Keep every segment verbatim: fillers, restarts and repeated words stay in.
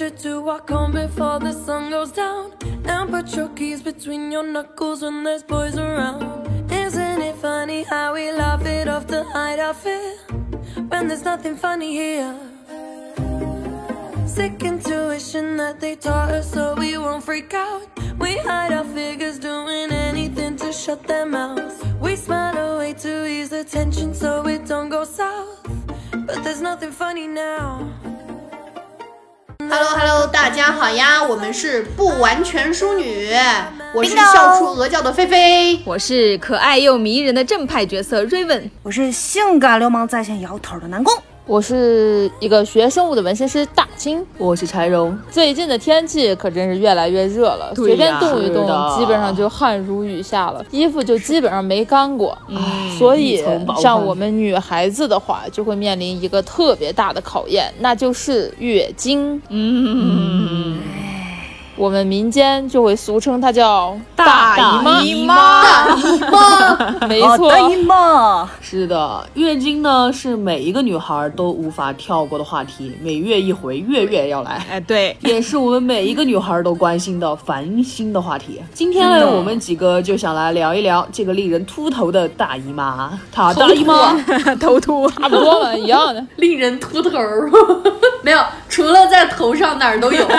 should do, walk home before the sun goes down, and put your keys between your knuckles when there's boys around. Isn't it funny how we laugh it off to hide our fear when there's nothing funny here? Sick intuition that they taught us so we won't freak out. We hide our figures doing anything to shut their mouths. We smile away to ease the tension so it don't go south. But there's nothing funny now. Hello Hello， 大家好呀，我们是不完全淑女，我是笑出鹅叫的菲菲， 我是可爱又迷人的正派角色 Raven， 我是性感流氓在线摇头的南宫， 我是一个学生物的纹身师大清， 我是柴荣。 最近的天气可真是越来越热了，随便动一动基本上就汗如雨下了，衣服就基本上没干过、嗯、所以像我们女孩子的话就会面临一个特别大的考验，那就是月经。嗯，我们民间就会俗称它叫大姨妈。 大姨妈，大姨妈， 没错， 大姨妈。 是的，月经呢是每一个女孩都无法跳过的话题，每月一回，月月要来。 哎，对， 也是我们每一个女孩都关心的烦心的话题。今天呢，我们几个就想来聊一聊这个令人秃头的大姨妈。她大姨妈头秃， 差不多了，一样的。 令人秃头，没有，除了在头上哪儿都有。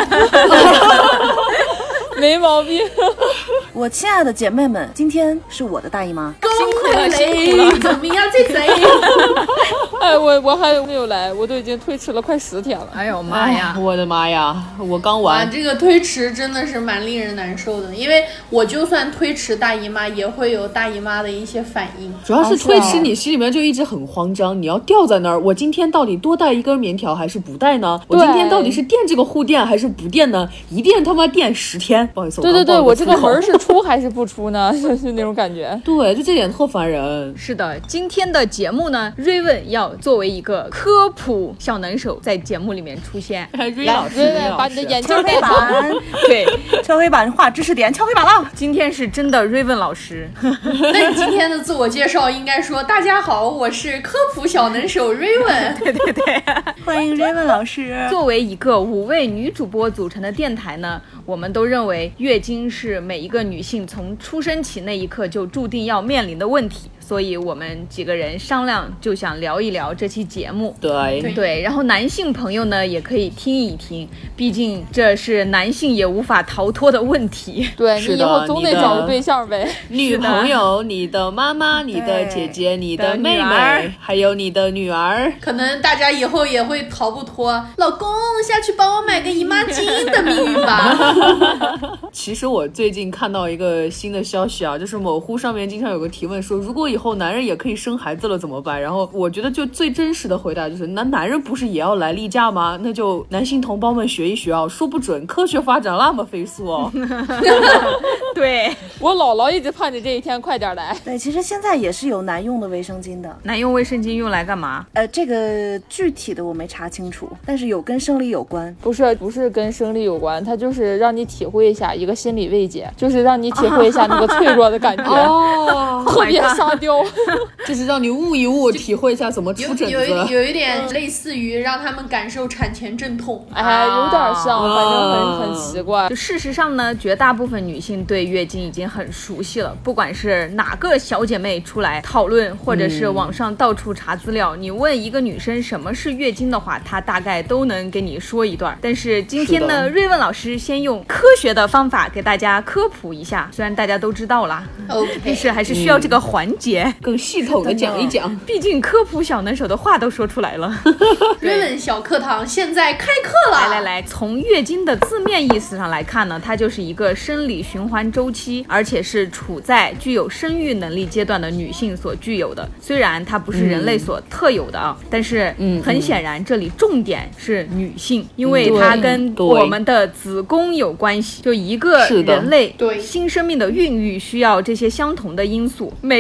没毛病。 我亲爱的姐妹们，今天是我的大姨妈， 辛苦了，辛苦了，怎么样？这谁？ 哎，我我还没有来，我都已经推迟了快十天了。 哎呦妈呀！ 我的妈呀！我刚完。 哇，这个推迟真的是蛮令人难受的，因为我就算推迟大姨妈，也会有大姨妈的一些反应。 主要是推迟，你心里面就一直很慌张，你要吊在那儿。我今天到底多带一根棉条还是不带呢？我今天到底是垫这个护垫还是不垫呢？一垫他妈垫十天。不好意思， 对对对， 我我这个门是出还是不出呢？就是那种感觉。 对，就这点特烦人。 是的，今天的节目呢，瑞文要作为一个科普小能手在节目里面出现。 瑞老师， 瑞把你的眼镜敲黑板， 对， 敲黑板画知识点，敲黑板了。 今天是真的瑞文老师。 那你今天的自我介绍应该说：大家好，我是科普小能手瑞文。 对对对， 欢迎瑞文老师。 作为一个五位女主播组成的电台呢，我们都认为月经是每一个女性从出生起那一刻就注定要面临的问题，所以我们几个人商量就想聊一聊这期节目。 对对，然后男性朋友呢也可以听一听，毕竟这是男性也无法逃脱的问题。 对，你以后总得找个对象呗。 女朋友、你的妈妈、你的姐姐、你的妹妹，还有你的女儿， 可能大家以后也会逃不脱老公下去帮我买个姨妈巾的命运吧。 其实我最近看到一个新的消息啊，就是某乎上面经常有个提问说，如果以后男人也可以生孩子了怎么办？然后我觉得就最真实的回答就是，那男人不是也要来例假吗？那就男性同胞们学一学啊，说不准科学发展那么飞速哦。 对， 我姥姥一直盼着这一天快点来。 对，其实现在也是有男用的卫生巾的。 男用卫生巾用来干嘛？ 呃，这个具体的我没查清楚，但是有跟生理有关。 不是，不是跟生理有关，它就是让你体会一下一个心理慰藉，就是让你体会一下那个脆弱的感觉。 哦， 特别沙雕， 就是让你悟一悟，体会一下怎么出疹子。 有有有一点类似于让他们感受产前阵痛。 哎，有点像，反正很很奇怪。 就事实上呢，绝大部分女性对月经已经很熟悉了，不管是哪个小姐妹出来讨论，或者是网上到处查资料，嗯、你问一个女生什么是月经的话，她大概都能给你说一段。但是今天呢，瑞文老师先用科学的方法给大家科普一下，虽然大家都知道啦， okay. 但是还是需要这个环节、 嗯、更系统的讲一讲， 毕竟科普小能手的话都说出来了。 瑞文小课堂现在开课了。 来来来，从月经的字面意思上来看呢，它就是一个生理循环周期，而且是处在具有生育能力阶段的女性所具有的。虽然它不是人类所特有的啊，嗯、但是很显然这里重点是女性，嗯、因为它跟我们的子宫有关系。就一个人类新生命的孕育需要这些相同的因素。每个月吧，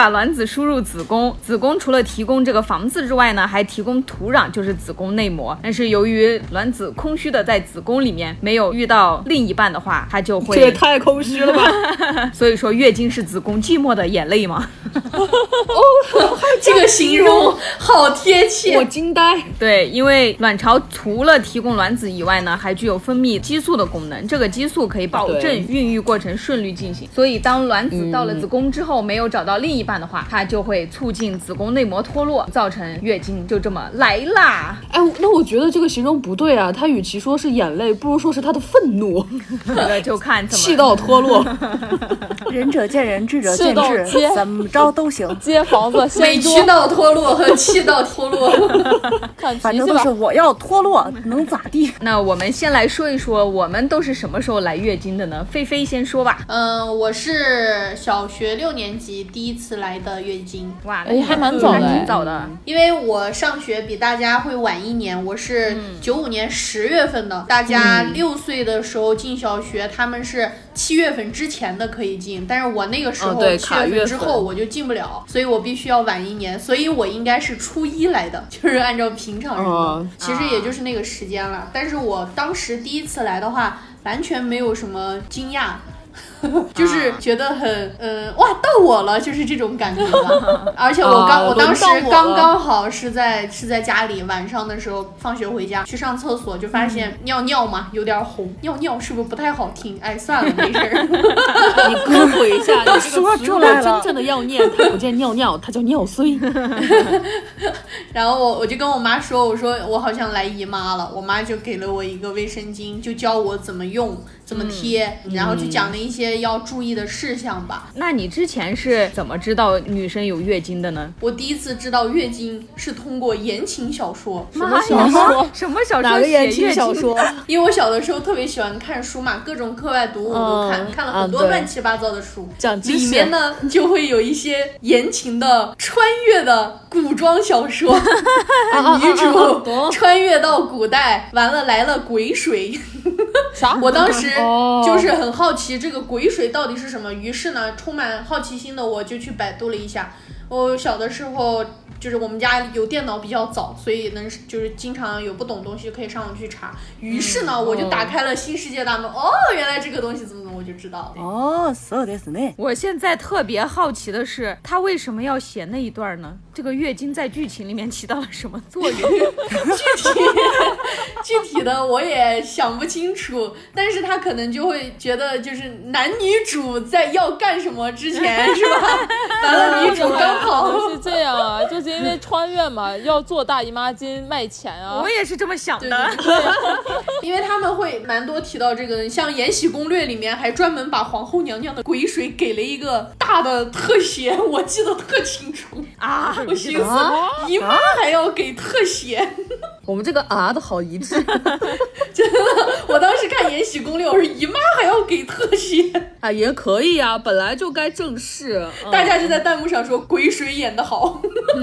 把卵子输入子宫，子宫除了提供这个房子之外呢，还提供土壤，就是子宫内膜。但是由于卵子空虚的在子宫里面，没有遇到另一半的话，它就会， 这也太空虚了吧。 所以说月经是子宫寂寞的眼泪吗？ 哦，这个形容好贴切， 我惊呆。 对，因为卵巢除了提供卵子以外呢，还具有分泌激素的功能，这个激素可以保证孕育过程顺利进行。所以当卵子到了子宫之后，没有找到另一半的话，它就会促进子宫内膜脱落，造成月经就这么来啦。 哎，那我觉得这个形容不对啊，它与其说是眼泪，不如说是他的愤怒。 这个就看怎么气到脱落。 仁者见仁，智者见智，怎么着都行。 接房子先委屈到脱落和气到脱落。 看反正都是我要脱落，能咋地？ 那我们先来说一说，我们都是什么时候来月经的呢？菲菲先说吧。 嗯，我是小学六年级第一次来的月经。 哇， 哎，还蛮早的， 还挺早的。 因为我上学比大家会晚一年，我是九五年十月份的，大家六岁的时候进小学，他们是七月份之前的可以进，但是我那个时候七月份之后我就进不了，所以我必须要晚一年，所以我应该是初一来的，就是按照平常人的、哦、其实也就是那个时间了。但是我当时第一次来的话，完全没有什么惊讶。就是觉得很嗯哇到我了，就是这种感觉吧。而且我刚、啊、我当时刚刚好是在是在家里，晚上的时候放学回家去上厕所，就发现尿尿嘛有点红，尿尿是不是不太好听？哎，算了，没事。 你科普一下，你这个词如果真正的要念，它不叫尿尿，它叫尿碎。 然后我我就跟我妈说，我说我好像来姨妈了，我妈就给了我一个卫生巾，就教我怎么用。怎么贴、嗯、然后就讲了一些要注意的事项吧、 嗯、那你之前是怎么知道女生有月经的呢？ 我第一次知道月经是通过言情小说。 什么小说？什么小说？ 哪个言情小说？ 因为我小的时候特别喜欢看书嘛，各种课外读物我都看、嗯、看了很多乱七八糟的书、嗯、里面呢就会有一些言情的穿越的古装小说女主穿越到古代，完了来了鬼水。 啥？ 我当时就是很好奇这个鬼水到底是什么，于是呢充满好奇心的我就去百度了一下。我小的时候就是我们家有电脑比较早，所以能就是经常有不懂东西可以上网去查，于是呢、嗯、我就打开了新世界大门、嗯、哦原来这个东西怎么怎么我就知道了。 哦，そうですね。 我现在特别好奇的是他为什么要写那一段呢？这个月经在剧情里面起到了什么作用？ 具体具体的我也想不清楚，但是他可能就会觉得就是男女主在要干什么之前是吧，完了女主刚好是这样啊，就是因为穿越嘛，要做大姨妈巾卖钱啊。 我也是这么想的。 对对对因为他们会蛮多提到这个，像《延禧攻略》里面还专门把皇后娘娘的鬼水给了一个大的特写，我记得特清楚啊。 我寻思、啊、姨妈还要给特写。 我们这个啊的好一致。 真的，我当时看《延禧攻略》，我说姨妈还要给特写啊，也可以啊，本来就该正视。 大家就在弹幕上说鬼水演得好。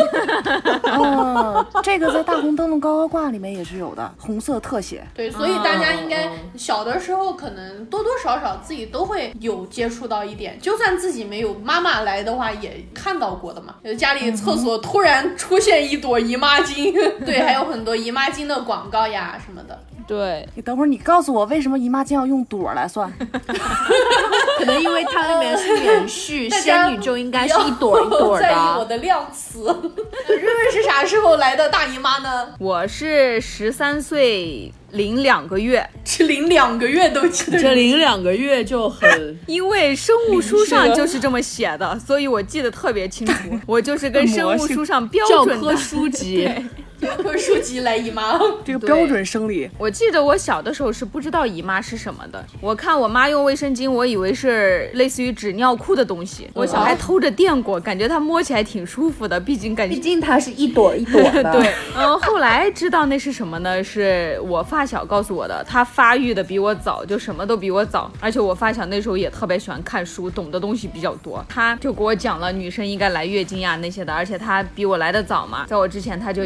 哦，这个在大红灯笼高高挂里面也是有的，红色特写。 对，所以大家应该小的时候可能多多少少自己都会有接触到一点，就算自己没有妈妈来的话也看到过的嘛。家里厕所突然出现一朵姨妈巾，对，还有很多姨妈巾的广告呀什么的。 对， 你等会儿你告诉我为什么姨妈巾要用朵来算？ 可能因为它那边是连续，仙女就应该是一朵一朵的。 在意我的量词。瑞瑞是啥时候来的大姨妈呢？ 我是十三岁零两个月， 是零两个月都记得。 这零两个月就很， 因为生物书上就是这么写的，所以我记得特别清楚。我就是跟生物书上标准的教科书籍。 教科书籍来姨妈， 这个标准生理。 我记得我小的时候是不知道姨妈是什么的，我看我妈用卫生巾，我以为是类似于纸尿裤的东西，我小孩偷着垫过，感觉它摸起来挺舒服的，毕竟感觉毕竟它是一朵一朵的。 对，嗯，后来知道那是什么呢？是我发小告诉我的，他发育的比我早，就什么都比我早，而且我发小那时候也特别喜欢看书，懂的东西比较多，他就给我讲了女生应该来月经呀那些的，而且他比我来的早嘛，在我之前他就已经来了。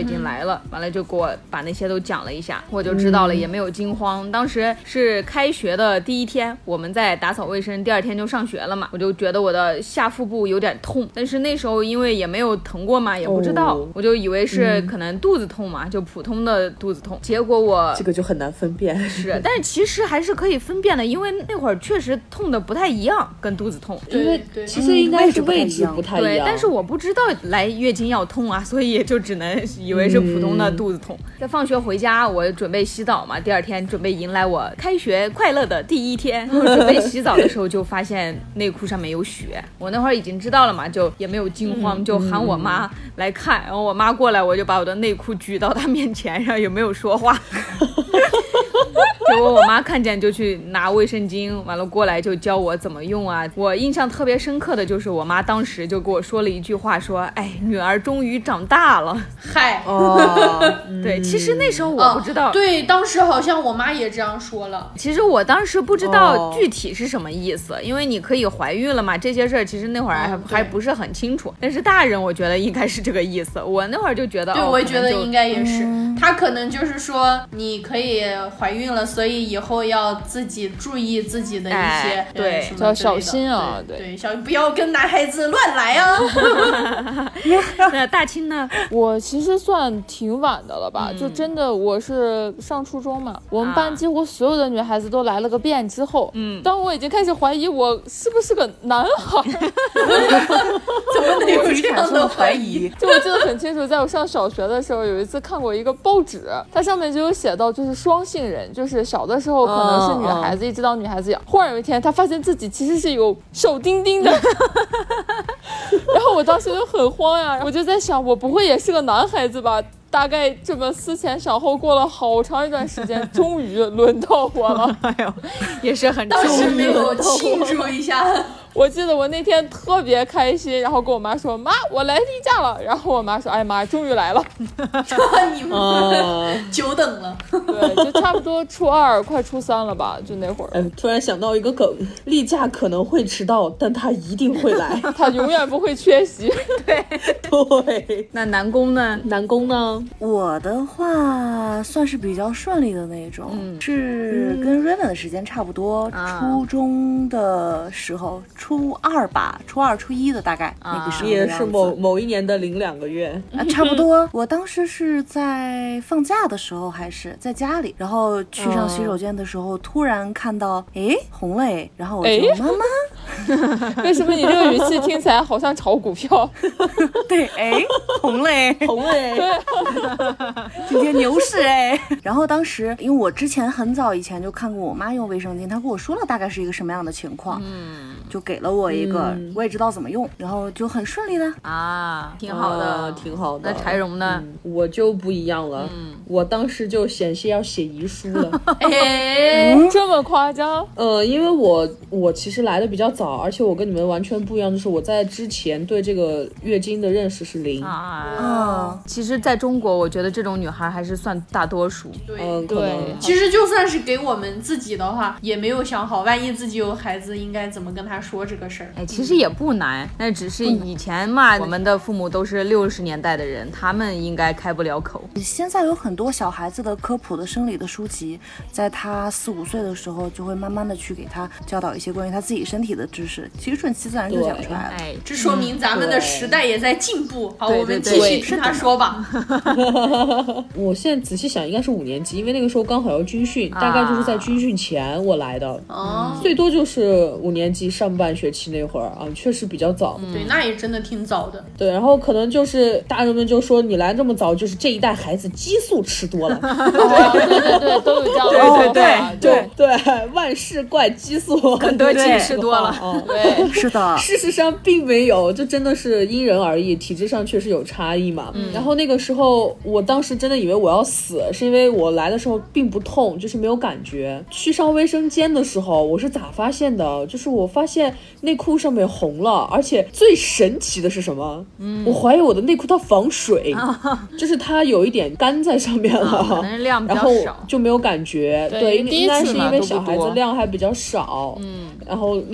了，完了就给我把那些都讲了一下，我就知道了，也没有惊慌。当时是开学的第一天，我们在打扫卫生，第二天就上学了嘛，我就觉得我的下腹部有点痛，但是那时候因为也没有疼过嘛，也不知道，哦、我就以为是可能肚子痛嘛，嗯、就普通的肚子痛。结果我这个就很难分辨， 是，但是其实还是可以分辨的，因为那会儿确实痛的不太一样，跟肚子痛， 因为其实应该是位置不太一样。 对，但是我不知道来月经要痛啊，所以也就只能以为是普通的肚子痛。在、嗯、放学回家，我准备洗澡嘛，第二天准备迎来我开学快乐的第一天。我准备洗澡的时候就发现内裤上面有血，我那会儿已经知道了嘛，就也没有惊慌，就喊我妈来看，然后我妈过来，我就把我的内裤举到她面前，然后也没有说话。结果我妈看见就去拿卫生巾，完了过来就教我怎么用啊。我印象特别深刻的就是我妈当时就跟我说了一句话，说哎，女儿终于长大了。 嗨， 哦，对，其实那时候我不知道、 哦、对，当时好像我妈也这样说了。 其实我当时不知道具体是什么意思、哦、因为你可以怀孕了嘛，这些事儿其实那会儿还、嗯、还不是很清楚，但是大人我觉得应该是这个意思。我那会儿就觉得对、哦、我也觉得应该也是、 嗯、 他可能就是说你可以怀孕了，所以以后要自己注意自己的一些、哎、 对， 要小心啊， 对对，小不要跟男孩子乱来啊。 那大清呢？ 我其实算挺晚的了吧、嗯、就真的我是上初中嘛，我们班几乎所有的女孩子都来了个遍之后，嗯，当我已经开始怀疑我是不是个男孩。 怎么能有这样的怀疑？ 就我记得很清楚，在我上小学的时候有一次看过一个报纸，它上面就有写到就是双性人，就是小的时候可能是女孩子、哦、一直到女孩子养，忽然有一天她发现自己其实是有手丁丁的。然后我当时就很慌呀，我就在想我不会也是个男孩子吧。大概这么思前想后过了好长一段时间，终于轮到我了。 哎呦，也是很当时没有庆祝一下。 我记得我那天特别开心，然后跟我妈说：“妈，我来例假了。”然后我妈说：“哎妈，终于来了。” 你们久等了。 对，就差不多初二快初三了吧，就那会儿。 哎，突然想到一个梗，例假可能会迟到，但他一定会来， 他永远不会缺席。 对对。 那南宫呢？ 南宫呢？ 我的话算是比较顺利的那种，嗯、是跟 Raven 的时间差不多，嗯、初中的时候。初二吧，初二初一的大概、啊、那个时候也是某某一年的零两个月、 啊、差不多。我当时是在放假的时候还是在家里，然后去上洗手间的时候、哦、突然看到哎红了哎，然后我就妈妈为什么你这个语气听起来好像炒股票？ 对，哎红了哎红了哎， 今天牛市哎。然后当时因为我之前很早以前就看过我妈用卫生巾，她跟我说了大概是一个什么样的情况，嗯，就给了我一个、嗯、我也知道怎么用，然后就很顺利的啊，挺好的、 啊、挺好的。 那柴荣呢、 嗯、我就不一样了、嗯、我当时就险些要写遗书了。 哎、嗯，这么夸张？ 呃因为我我其实来的比较早，而且我跟你们完全不一样，就是我在之前对这个月经的认识是零啊、嗯、其实在中国我觉得这种女孩还是算大多数。 对、 嗯、 对，其实就算是给我们自己的话也没有想好万一自己有孩子应该怎么跟他说这个事儿。 哎，其实也不难，那只是以前嘛、嗯、我们的父母都是六十年代的人，他们应该开不了口。 现在有很多小孩子的科普的生理的书籍，在他四五岁的时候就会慢慢的去给他教导一些关于他自己身体的知识，其实顺其自然就讲出来了。 哎，这说明咱们的时代也在进步。好，我们继续听他说吧。 我现在仔细想应该是五年级，因为那个时候刚好要军训、啊、大概就是在军训前我来的、哦、最多就是五年级上半学期那会儿啊，确实比较早、 嗯、对，那也真的挺早的。 对，然后可能就是大人们就说你来这么早，就是这一代孩子激素吃多了。 哦、对对对，都有这样的对对对对对，万事怪激素， 肯德基吃多了。 哦， 对， 是的。 事实上并没有，这真的是因人而异，体质上确实有差异嘛。嗯，然后那个时候我当时真的以为我要死，是因为我来的时候并不痛，就是没有感觉。去上卫生间的时候我是咋发现的，就是我发现内裤上面红了，而且最神奇的是什么？嗯，我怀疑我的内裤它防水、啊、就是它有一点干在上面了、 啊、可能量比较少， 然后就没有感觉。对， 对， 应该是因为小孩子量还比较少。 嗯， 然后内裤又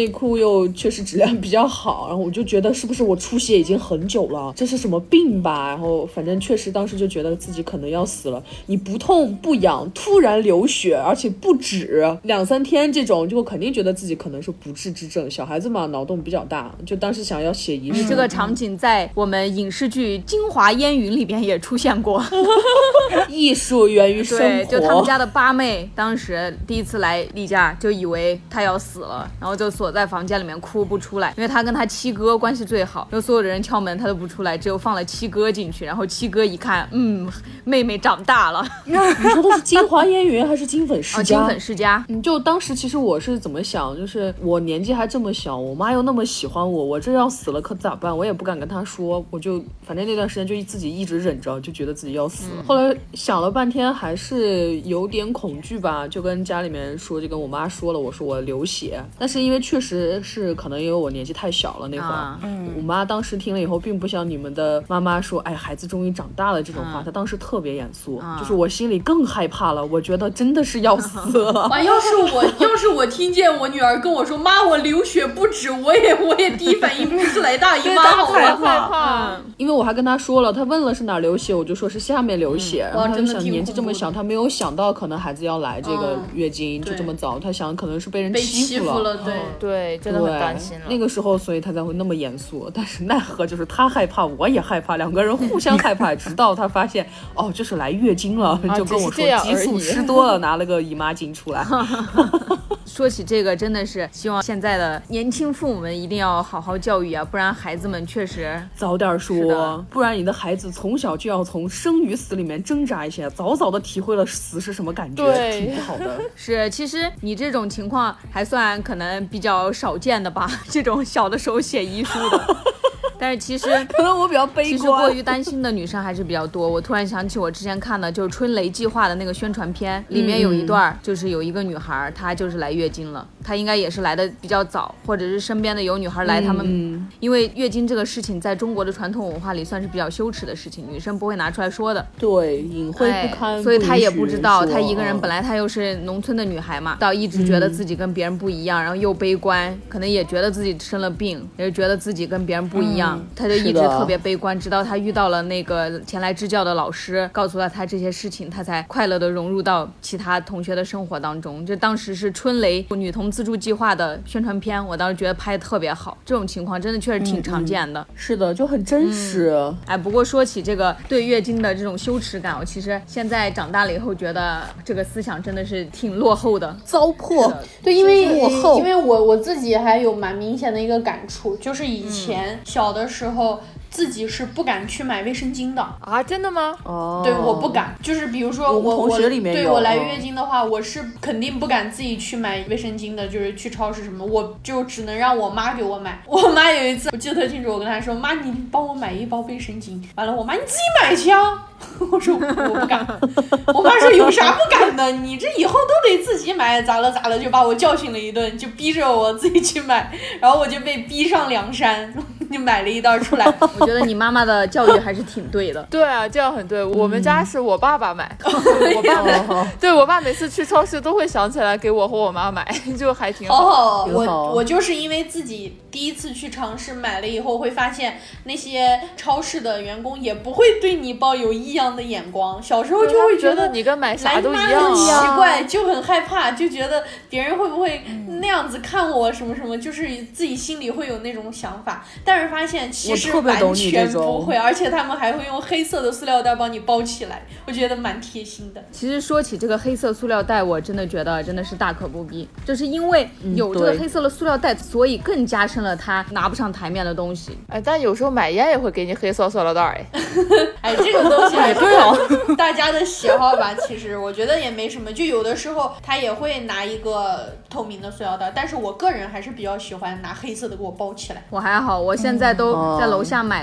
又确实质量比较好，然后我就觉得是不是我出血已经很久了，这是什么病吧？然后反正确实当时就觉得自己可能要死了。你不痛不痒，突然流血，而且不止两三天，这种就肯定觉得自己可能是不治之症。小孩子嘛，脑洞比较大，就当时想要写遗书。 这个场景在我们影视剧《京华烟云》里边也出现过。 艺术源于生活。 对，就他们家的八妹当时第一次来例假，就以为她要死了，然后就锁在房间里面哭不出来，因为她跟她七哥关系最好，就所有的人敲门她都不出来，只有放了七哥进去，然后七哥一看，嗯，妹妹长大了。 你说的是京华烟云还是金粉世家？ 哦，金粉世家。 嗯，就当时其实我是怎么想，就是我年纪还这么小，我妈又那么喜欢我，我这要死了可咋办？我也不敢跟她说，我就反正那段时间就自己一直忍着，就觉得自己要死了。嗯、后来想了半天，还是有点恐惧吧，就跟家里面说，就跟我妈说了，我说我流血，但是因为确实是可能因为我年纪太小了那会儿、啊嗯，我妈当时听了以后，并不像你们的妈妈说，哎，孩子终于长大了这种话，她、嗯、当时特别严肃、嗯，就是我心里更害怕了，我觉得真的是要死了。 啊，要是我要是我听见我女儿跟我说妈我流血不止，我也我也第一反应不是来大姨妈好害怕、 嗯，因为我还跟她说了，她问了是哪流血，我就说是下面流血，嗯、然后她就想年纪这么小，她没有想到可能孩子要来这个月经、嗯、就这么早，她想可能是被人欺负了， 被欺负了，对、 嗯、对，真的很担心了。 那个时候，所以她才会那么严肃，但是奈何就是她害怕，我也害怕，两个人互相害怕，直到她发现哦，这是来月经了，啊、就跟我说激素吃多了，拿了个姨妈巾出来。 说起这个，真的是希望现在的年轻父母们一定要好好教育啊，不然孩子们确实早点说，不然你的孩子从小就要从生与死里面挣扎一下，早早的体会了死是什么感觉，挺不好的。 是，其实你这种情况还算可能比较少见的吧，这种小的时候写遗书的。但是其实可能我比较悲观， 其实过于担心的女生还是比较多。我突然想起我之前看的就是春雷计划的那个宣传片，里面有一段就是有一个女孩，她就是来月经了，她应该也是来的比较早，或者是身边的有女孩来，她们、嗯、因为月经这个事情在中国的传统文化里算是比较羞耻的事情，女生不会拿出来说的， 对，隐晦不堪、哎、 所以她也不知道，她一个人本来她又是农村的女孩嘛，到一直觉得自己跟别人不一样、嗯、然后又悲观，可能也觉得自己生了病，也觉得自己跟别人不一样、嗯、她就一直特别悲观，直到她遇到了那个前来支教的老师，告诉了她这些事情，她才快乐的融入到其他同学的生活当中。这当时是春雷女童自助计划的宣传片，我当时觉得拍得特别好，这种情况真的确实挺常见的。 嗯嗯、是的，就很真实、 嗯、哎，不过说起这个对月经的这种羞耻感，我其实现在长大了以后觉得这个思想真的是挺落后的， 糟粕。 对，因为因为我我自己还有蛮明显的一个感触，就是以前小的时候、嗯自己是不敢去买卫生巾的啊？真的吗？ 哦， 对，我不敢。就是比如说我我同学里面有， 对我来月经的话，我是肯定不敢自己去买卫生巾的，就是去超市什么，我就只能让我妈给我买。我妈有一次我记得特清楚，我跟她说：“妈，你帮我买一包卫生巾。”完了，我妈你自己买去啊。我说我不敢。我妈说有啥不敢的？你这以后都得自己买，咋了咋了，就把我教训了一顿，就逼着我自己去买，然后我就被逼上梁山，就买了一袋出来。 我觉得你妈妈的教育还是挺对的。 对啊，这样很对。我们家是我爸爸买，嗯、我爸每对我爸每次去超市都会想起来给我和我妈买，就还挺好。 好好，我我就是因为自己第一次去尝试买了以后，会发现那些超市的员工也不会对你抱有异样的眼光。小时候就会觉得你跟买啥都一样、啊， 奇怪，就很害怕，就觉得别人会不会那样子看我什么什么，就是自己心里会有那种想法。但是发现其实完全不会，而且他们还会用黑色的塑料袋帮你包起来，我觉得蛮贴心的。 其实说起这个黑色塑料袋，我真的觉得真的是大可不必，就是因为有这个黑色的塑料袋，所以更加深了它拿不上台面的东西。 哎，但有时候买烟也会给你黑色塑料袋哎。 哎，这个东西还对哦，大家的喜好吧，其实我觉得也没什么，就有的时候他也会拿一个透明的塑料袋，但是我个人还是比较喜欢拿黑色的给我包起来。 我还好，我现在都在楼下买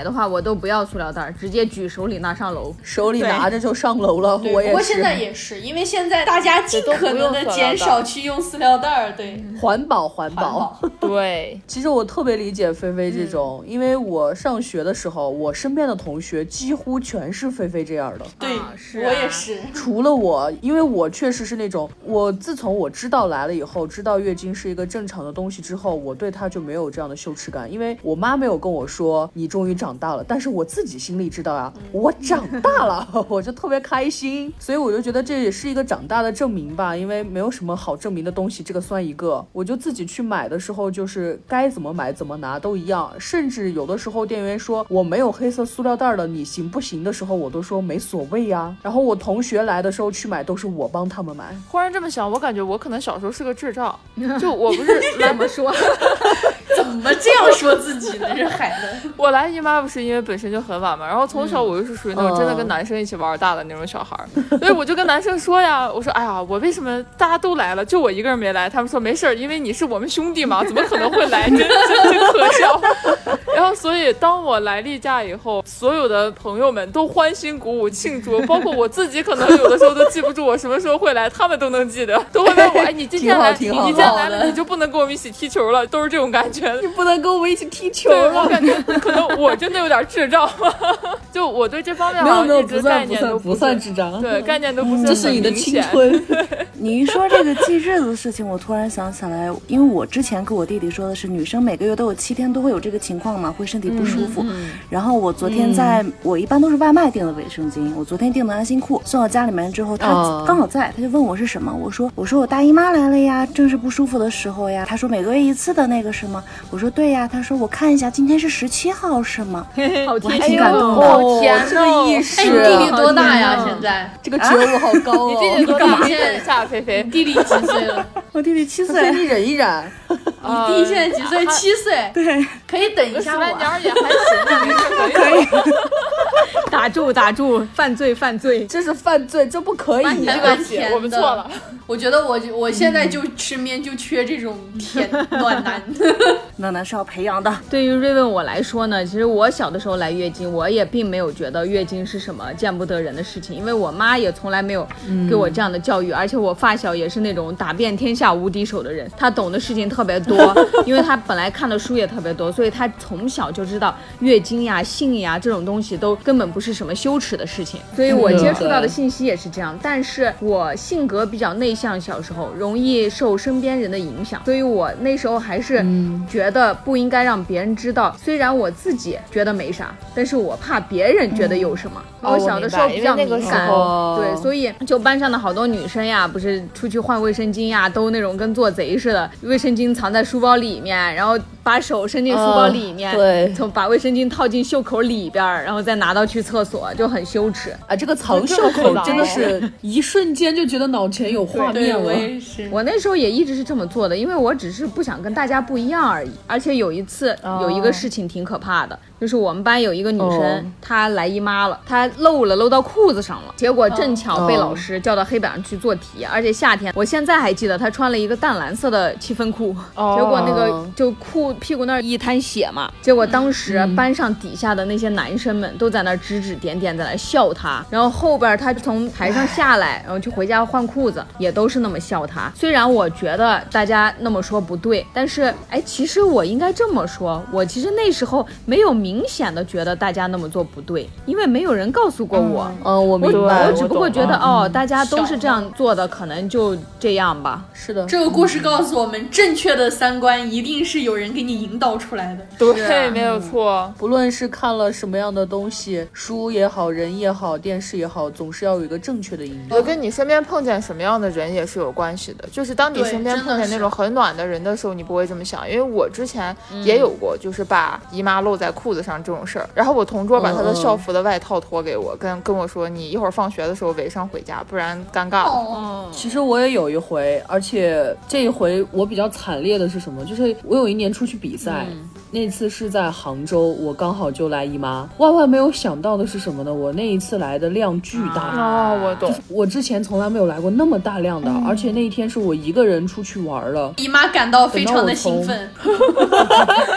买的话，我都不要塑料袋，直接举手里拿上楼， 手里拿着就上楼了。我也是。 不过现在也是，因为现在大家尽可能的减少去用塑料袋，对， 环保环保。 对， 其实我特别理解菲菲这种、嗯，因为我上学的时候，我身边的同学几乎全是菲菲这样的。 对， 啊是啊、 我也是。 除了我，因为我确实是那种，我自从我知道来了以后，知道月经是一个正常的东西之后，我对它就没有这样的羞耻感，因为我妈没有跟我说你终于长大了，但是我自己心里知道啊，我长大了，我就特别开心，所以我就觉得这也是一个长大的证明吧，因为没有什么好证明的东西，这个算一个。我就自己去买的时候，就是该怎么买怎么拿都一样，甚至有的时候店员说我没有黑色塑料袋的，你行不行的时候，我都说没所谓呀。然后我同学来的时候去买，都是我帮他们买。 忽然这么想，我感觉我可能小时候是个智障，就我不是怎么说怎么这样说自己呢？这孩子， 我来姨妈不是因为本身就很晚嘛，然后从小我又是属于那种真的跟男生一起玩大的那种小孩、嗯、所以我就跟男生说呀，我说哎呀，我为什么大家都来了，就我一个人没来？他们说没事儿，因为你是我们兄弟嘛，怎么可能会来？真真真可笑。然后所以当我来例假以后，所有的朋友们都欢欣鼓舞庆祝，包括我自己可能有的时候都记不住我什么时候会来，他们都能记得，都会问我，哎，你今天来，你今天来了，你就不能跟我们一起踢球了，都是这种感觉。 你不能跟我们一起踢球了， 我感觉可能我真的有点智障。就我对这方面好像一直概念都不算智障， 对，概念都不是很明显。 这是你的青春。 你一说这个记日子的事情，我突然想起来，因为我之前跟我弟弟说的是，女生每个月都有七天都会有这个情况嘛，会身体不舒服。嗯、然后我昨天在、嗯，我一般都是外卖订的卫生巾，我昨天订的安心裤，送到家里面之后，他刚好在，他就问我是什么，我说我说我大姨妈来了呀，正是不舒服的时候呀。他说每个月一次的那个是吗？我说对呀。他说我看一下，今天是十七号是吗？ 好我还挺感动的。 哦，天这个意识。 哎，你弟弟多大呀？现在这个觉悟好高哦。 你弟弟多大？你忍一下，菲菲。 弟弟几岁了？ 我弟弟七岁。 你忍一忍。 你弟现在几岁？七岁。 对， 可以等一下我。 十来年也还行， 可以。 打住打住，犯罪犯罪， 这是犯罪，这不可以。 对不起， 我们错了。 我觉得我我现在就身边就缺这种甜暖男。 暖男是要培养的。 对于瑞文我来说呢，其实我小的时候来月经，我也并没有觉得月经是什么见不得人的事情，因为我妈也从来没有给我这样的教育，嗯、而且我发小也是那种打遍天下无敌手的人，她懂的事情特别多，因为她本来看的书也特别多，所以她从小就知道月经呀、性呀这种东西都根本不是什么羞耻的事情，所以我接触到的信息也是这样。但是我性格比较内向，小时候容易受身边人的影响，所以我那时候还是觉得不应该让别人知道，虽然我自己觉得没啥，但是我怕别人觉得有什么。 嗯、 我小的时候比较敏感， 哦、 对，所以就班上的好多女生呀，不是出去换卫生巾呀，都那种跟做贼似的，卫生巾藏在书包里面，然后把手伸进书包里面， 哦、对， 从把卫生巾套进袖口里边，然后再拿到去厕所，就很羞耻啊！这个藏袖口真的是一瞬间就觉得脑前有画面了。 我也是， 我那时候也一直是这么做的，因为我只是不想跟大家不一样而已。而且有一次、哦、有一个事情挺可怕的，就是我们班有一个女生、哦、她来姨妈了，她漏了漏到裤子上了，结果正巧被老师叫到黑板上去做题、哦、而且夏天我现在还记得她穿了一个淡蓝色的七分裤、哦、结果那个就裤屁股那儿一滩血嘛，结果当时班上底下的那些男生们都在那指指点点在那笑她，然后后边她从台上下来然后去回家换裤子也都是那么笑她。虽然我觉得大家那么说不对，但是哎，其实我应该这么说，我其实那时候没有明显的觉得大家那么做不对，因为没有人告诉过我。 嗯，嗯我明白， 我只不过觉得哦，大家都是这样做的，可能就这样吧。 是的， 这个故事告诉我们，正确的三观一定是有人给你引导出来的。 对，没有错、 嗯。不论是看了什么样的东西，书也好，人也好，电视也好，总是要有一个正确的引导。 我跟你身边碰见什么样的人也是有关系的，就是当你身边碰见那种很暖的人的时候，你不会这么想。因为我之前也有过，就是把姨妈漏在裤子上这种事儿、嗯，然后我同桌把他的校服的外套脱给我，跟跟我说，你一会儿放学的时候围上回家，不然尴尬了。 哦、 其实我也有一回，而且这一回我比较惨烈的是什么？就是我有一年出去比赛。嗯，那次是在杭州，我刚好就来姨妈。万万没有想到的是什么呢？我那一次来的量巨大啊、哦！我懂， 就是我之前从来没有来过那么大量的、嗯，而且那一天是我一个人出去玩了。 姨妈感到非常的兴奋， 他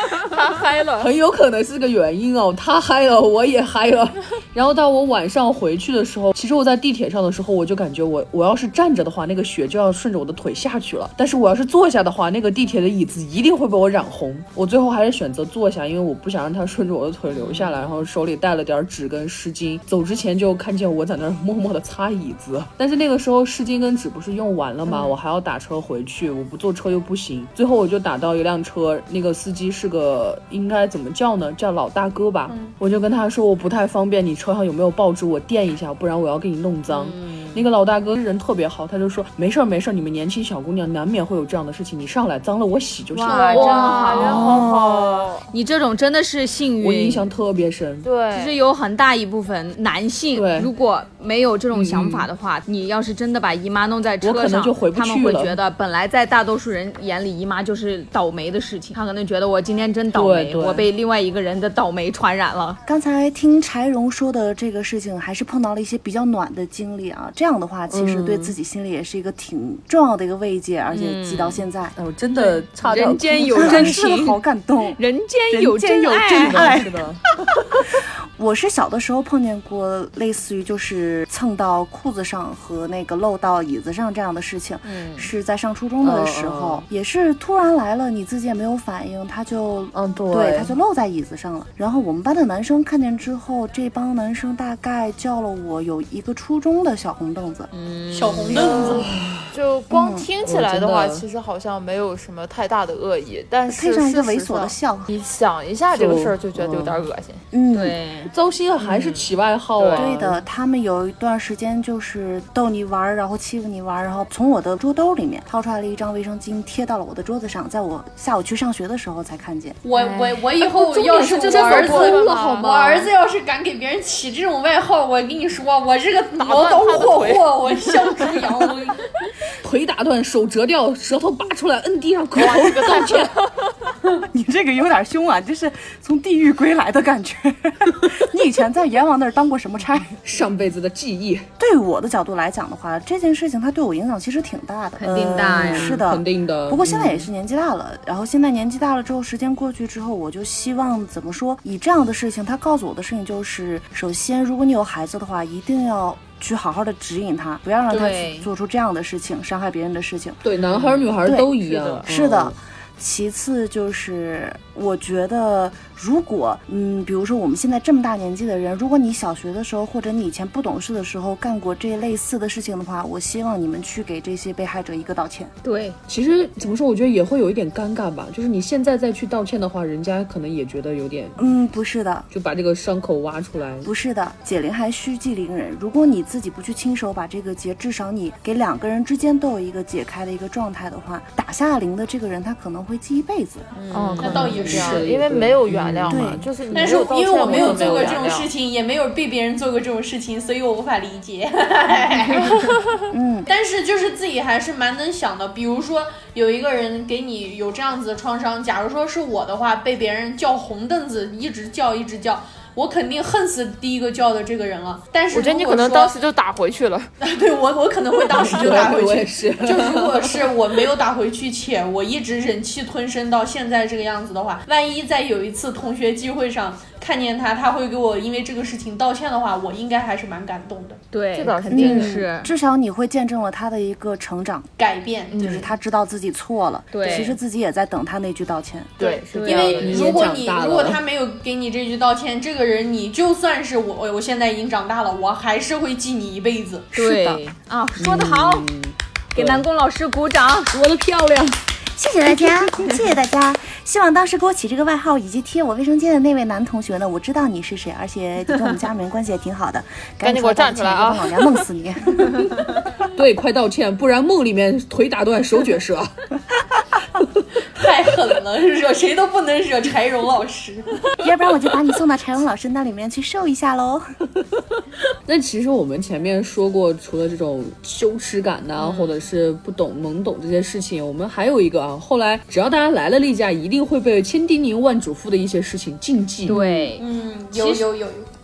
他嗨了， 很有可能是个原因哦。他嗨了，我也嗨了。然后到我晚上回去的时候，其实我在地铁上的时候，我就感觉我我要是站着的话，那个血就要顺着我的腿下去了。但是我要是坐下的话，那个地铁的椅子一定会被我染红。我最后还是选择坐下，因为我不想让它顺着我的腿流下来。然后手里带了点纸跟湿巾，走之前就看见我在那儿默默的擦椅子。但是那个时候湿巾跟纸不是用完了吗？我还要打车回去，我不坐车又不行。最后我就打到一辆车，那个司机是个应该怎么叫呢？叫老大哥吧。嗯、我就跟他说我不太方便，你车上有没有报纸我垫一下，不然我要给你弄脏。嗯、那个老大哥人特别好，他就说没事没事，你们年轻小姑娘难免会有这样的事情，你上来脏了我洗就行了。 哇，真好， 人好好， 你这种真的是幸运， 我印象特别深。 对， 其实有很大一部分男性如果没有这种想法的话，嗯、你要是真的把姨妈弄在车上， 我可能就回不去了。 他们会觉得本来在大多数人眼里姨妈就是倒霉的事情，他可能觉得我今天真倒霉，我被另外一个人的倒霉传染了。 刚才听柴荣说的这个事情，还是碰到了一些比较暖的经历啊。这样的话，其实对自己心里也是一个挺重要的一个慰藉，嗯、而且记到现在， 哎，我真的差点人间有真情， 好感动， 人间有真爱。 是的。 我是小的时候碰见过类似于就是蹭到裤子上和那个漏到椅子上这样的事情，嗯、是在上初中的时候，哦、也是突然来了，你自己也没有反应，他就嗯对， 对，他就漏在椅子上了。然后我们班的男生看见之后，这帮男生大概叫了我有一个初中的小红凳子， 嗯，小红凳子。 就光听起来的话，嗯、其实好像没有什么太大的恶意，但是配上一个猥琐的笑， 你想一下这个事儿就觉得有点恶心。 嗯， 对， 糟心还是起外号啊、 嗯。对的，他们有一段时间就是逗你玩，然后欺负你玩，然后从我的桌兜里面掏出来了一张卫生巾，贴到了我的桌子上，在我下午去上学的时候才看见。 我我我以后要是我儿子了好吗？我儿子要是敢给别人起这种外号，我跟你说，我这个磨刀霍霍，我像只羊，我腿打断，手折掉，舌头拔出来，摁地上磕头道歉。 你这个有点凶啊，就是从地狱归来的感觉。你以前在阎王那儿当过什么差？ 上辈子的记忆。 对我的角度来讲的话，这件事情它对我影响其实挺大的， 肯定大呀、 呃，是的， 肯定的。 不过现在也是年纪大了，嗯、然后现在年纪大了之后，时间过去之后，我就希望怎么说，以这样的事情，他告诉我的事情就是，首先，如果你有孩子的话，一定要去好好的指引他，不要让他去做出这样的事情，伤害别人的事情。 对，男孩女孩都一样。 是的。是的，其次就是我觉得如果嗯比如说我们现在这么大年纪的人，如果你小学的时候或者你以前不懂事的时候干过这类似的事情的话，我希望你们去给这些被害者一个道歉。 对， 其实怎么说，我觉得也会有一点尴尬吧，就是你现在再去道歉的话，人家可能也觉得有点嗯不是的， 就把这个伤口挖出来。 不是的，解铃还须系铃人，如果你自己不去亲手把这个结，至少你给两个人之间都有一个解开的一个状态的话，打下铃的这个人他可能会记一辈子。 嗯， 那倒也是， 因为没有原谅嘛， 嗯、 就是但是因为我没有做过这种事情，也没有被别人做过这种事情，所以我无法理解。嗯，但是就是自己还是蛮能想的，比如说有一个人给你有这样子的创伤，假如说是我的话，被别人叫红凳子，一直叫一直叫，我肯定恨死第一个叫的这个人了。但是我觉得你可能当时就打回去了。 对，我我可能会当时就打回去。 我也是。 就如果是我没有打回去，且我一直忍气吞声到现在这个样子的话，万一在有一次同学聚会上看见他，他会给我因为这个事情道歉的话，我应该还是蛮感动的。 对， 这倒肯定是、 嗯，至少你会见证了他的一个成长改变， 就是他知道自己错了。 对， 其实自己也在等他那句道歉。 对，因为如果你如果他没有给你这句道歉，这个人你就算是我，我现在已经长大了，我还是会记你一辈子。 对啊，说得好，嗯、给南宫老师鼓掌， 说得漂亮。 谢谢大家，谢谢大家。希望当时给我起这个外号以及贴我卫生间的那位男同学呢，我知道你是谁，而且你跟我们家人们关系也挺好的。 赶紧给我站出来啊！ 老娘弄死你！ 对，快道歉，不然梦里面腿打断，手撅折。 太狠了，惹谁都不能惹柴荣老师， 要不然我就把你送到柴荣老师那里面去受一下喽。 那其实我们前面说过，除了这种羞耻感呐、啊嗯，或者是不懂懵懂这些事情，我们还有一个啊，后来只要大家来了例假，一定会被千叮咛万嘱咐的一些事情禁忌。 对， 嗯，有有有有。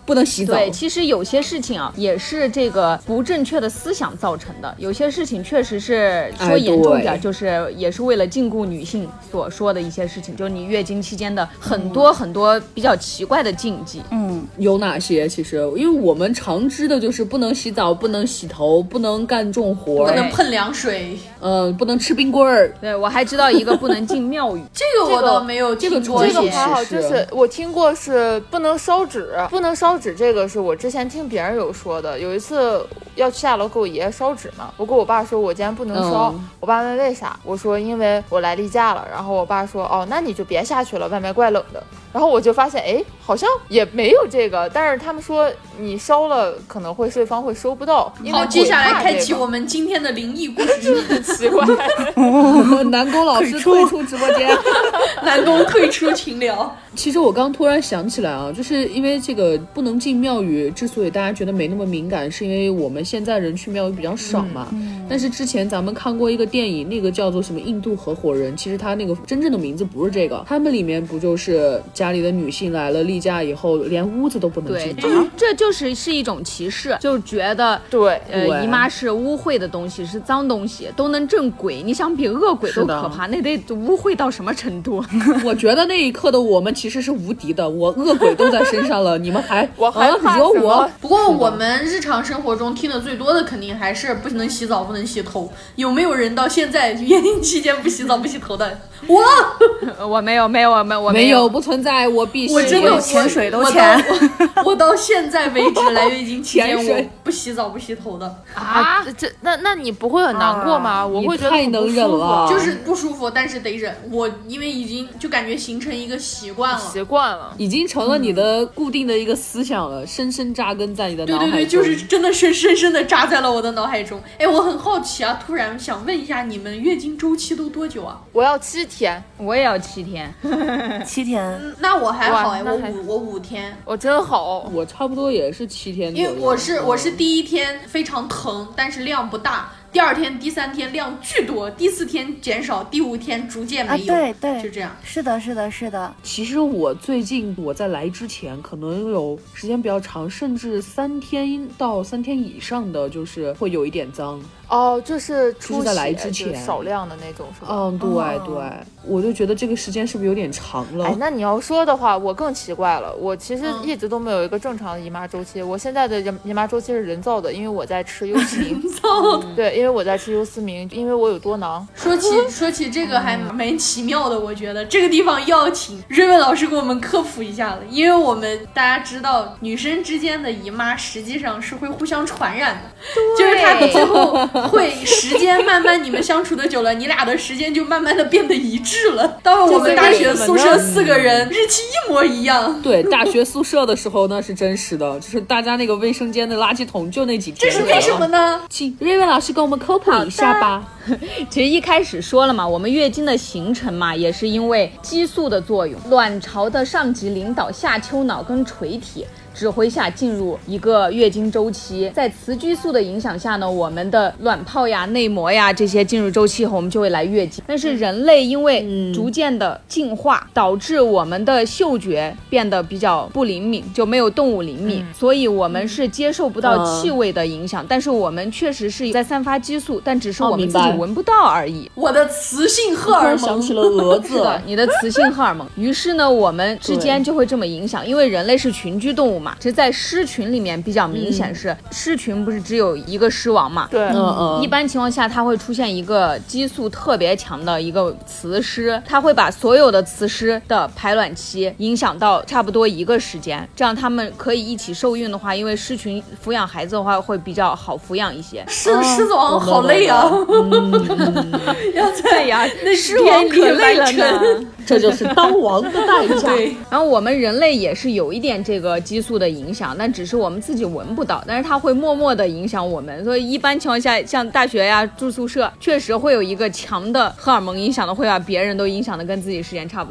不能洗澡。 对，其实有些事情啊，也是这个不正确的思想造成的。有些事情确实是说严重点，就是也是为了禁锢女性所说的一些事情，就是你月经期间的很多很多比较奇怪的禁忌。 嗯， 有哪些？其实因为我们常知的就是不能洗澡，不能洗头，不能干重活， 不能喷凉水， 嗯，不能吃冰棍儿。 对，我还知道一个不能进庙宇。 这个我倒没有听过。 这个还好，就是我听过是不能烧纸，不能烧纸，这个是我之前听别人有说的。有一次要下楼给我爷爷烧纸嘛，我跟我爸说我今天不能烧、嗯、我爸问为啥，我说因为我来例假了，然后我爸说哦那你就别下去了，外面怪冷的。然后我就发现哎好像也没有这个，但是他们说你烧了可能会对方会收不到。 好，接下来开启我们今天的灵异故事。 很奇怪。 南宫老师退出直播间。 南宫退出群聊。 其实我刚突然想起来啊，就是因为这个不能进庙宇，之所以大家觉得没那么敏感，是因为我们现在人去庙宇比较少嘛、嗯、但是之前咱们看过一个电影，那个叫做什么印度合伙人，其实他那个真正的名字不是这个，他们里面不就是家里的女性来了例假以后连屋子都不能进， 对、嗯、这就是是一种歧视，就觉得对呃姨妈是污秽的东西，是脏东西，都能镇鬼，你想比恶鬼都可怕，那得污秽到什么程度？ 我觉得那一刻的我们其实是无敌的，我恶鬼都在身上了，你们还我还怕惹我？ 不过我们日常生活中听的最多的肯定还是不能洗澡，不能洗头。有没有人到现在月经期间不洗澡不洗头的？我我没有没有我没我没有不存在，我必须我真的潜水都潜。 我, 我到现在为止来月经期间我不洗澡不洗头的啊！这那那你不会很难过吗？啊、我会觉得太能忍了， 就是不舒服，但是得忍。我因为已经就感觉形成一个习惯了， 习惯了， 已经成了你的固定的一个思想了，嗯、深深扎根在你的脑海中。 对对对，就是真的是深深的扎在了我的脑海中。哎，我很好奇啊，突然想问一下，你们月经周期都多久啊？ 我要七天， 我也要七天， 七天、 嗯。那我还好哎，我五我五天， 我真好， 我差不多也是七天。 因为我是我是第一天非常疼，但是量不大。第二天、第三天量巨多，第四天减少，第五天逐渐没有， 啊、对对， 就这样。 是的，是的，是的。 其实我最近我在来之前，可能有时间比较长，甚至三天到三天以上的，就是会有一点脏。 哦，就是出血， 就是在来之前少量的那种，是吧？ 嗯，对、哦、对，我就觉得这个时间是不是有点长了？ 哎，那你要说的话，我更奇怪了。我其实一直都没有一个正常的姨妈周期，嗯、我现在的姨妈周期是人造的，因为我在吃优思明。 人造的、 嗯，对，因为我在吃优思明，因为我有多囊。 说起说起这个还蛮奇妙的，我觉得这个地方要请瑞文老师给我们科普一下了，因为我们大家知道，女生之间的姨妈实际上是会互相传染的，就是她最后。会时间慢慢你们相处的久了，你俩的时间就慢慢的变得一致了。到我们大学宿舍四个人日期一模一样。 对，大学宿舍的时候那是真实的，就是大家那个卫生间的垃圾桶就那几天。 这是为什么呢？ 请瑞文老师给我们科普一下吧。 其实一开始说了嘛，我们月经的形成嘛，也是因为激素的作用，卵巢的上级领导下丘脑跟垂体指挥下进入一个月经周期，在雌激素的影响下呢，我们的卵泡呀、内膜呀这些进入周期后，我们就会来月经。但是人类因为逐渐的进化，嗯、导致我们的嗅觉变得比较不灵敏，就没有动物灵敏，嗯、所以我们是接受不到气味的影响。嗯、但是我们确实是在散发激素，但只是我们自己闻不到而已。 我的雌性荷尔蒙想起了蛾子， 是的，你的雌性荷尔蒙。于是呢，我们之间就会这么影响，因为人类是群居动物嘛。其实在狮群里面比较明显是，嗯、狮群不是只有一个狮王嘛？ 对， 嗯嗯。 一般情况下，它会出现一个激素特别强的一个雌狮，它会把所有的雌狮的排卵期影响到差不多一个时间，这样它们可以一起受孕的话，因为狮群抚养孩子的话会比较好抚养一些。 狮狮子王好累啊！嗯、要在呀，那狮王可累了呢。 这就是当王的代价。 对， 然后我们人类也是有一点这个激素的影响，但只是我们自己闻不到，但是它会默默的影响我们。所以一般情况下，像大学呀、住宿舍，确实会有一个强的荷尔蒙影响的，会把别人都影响的跟自己时间差不多。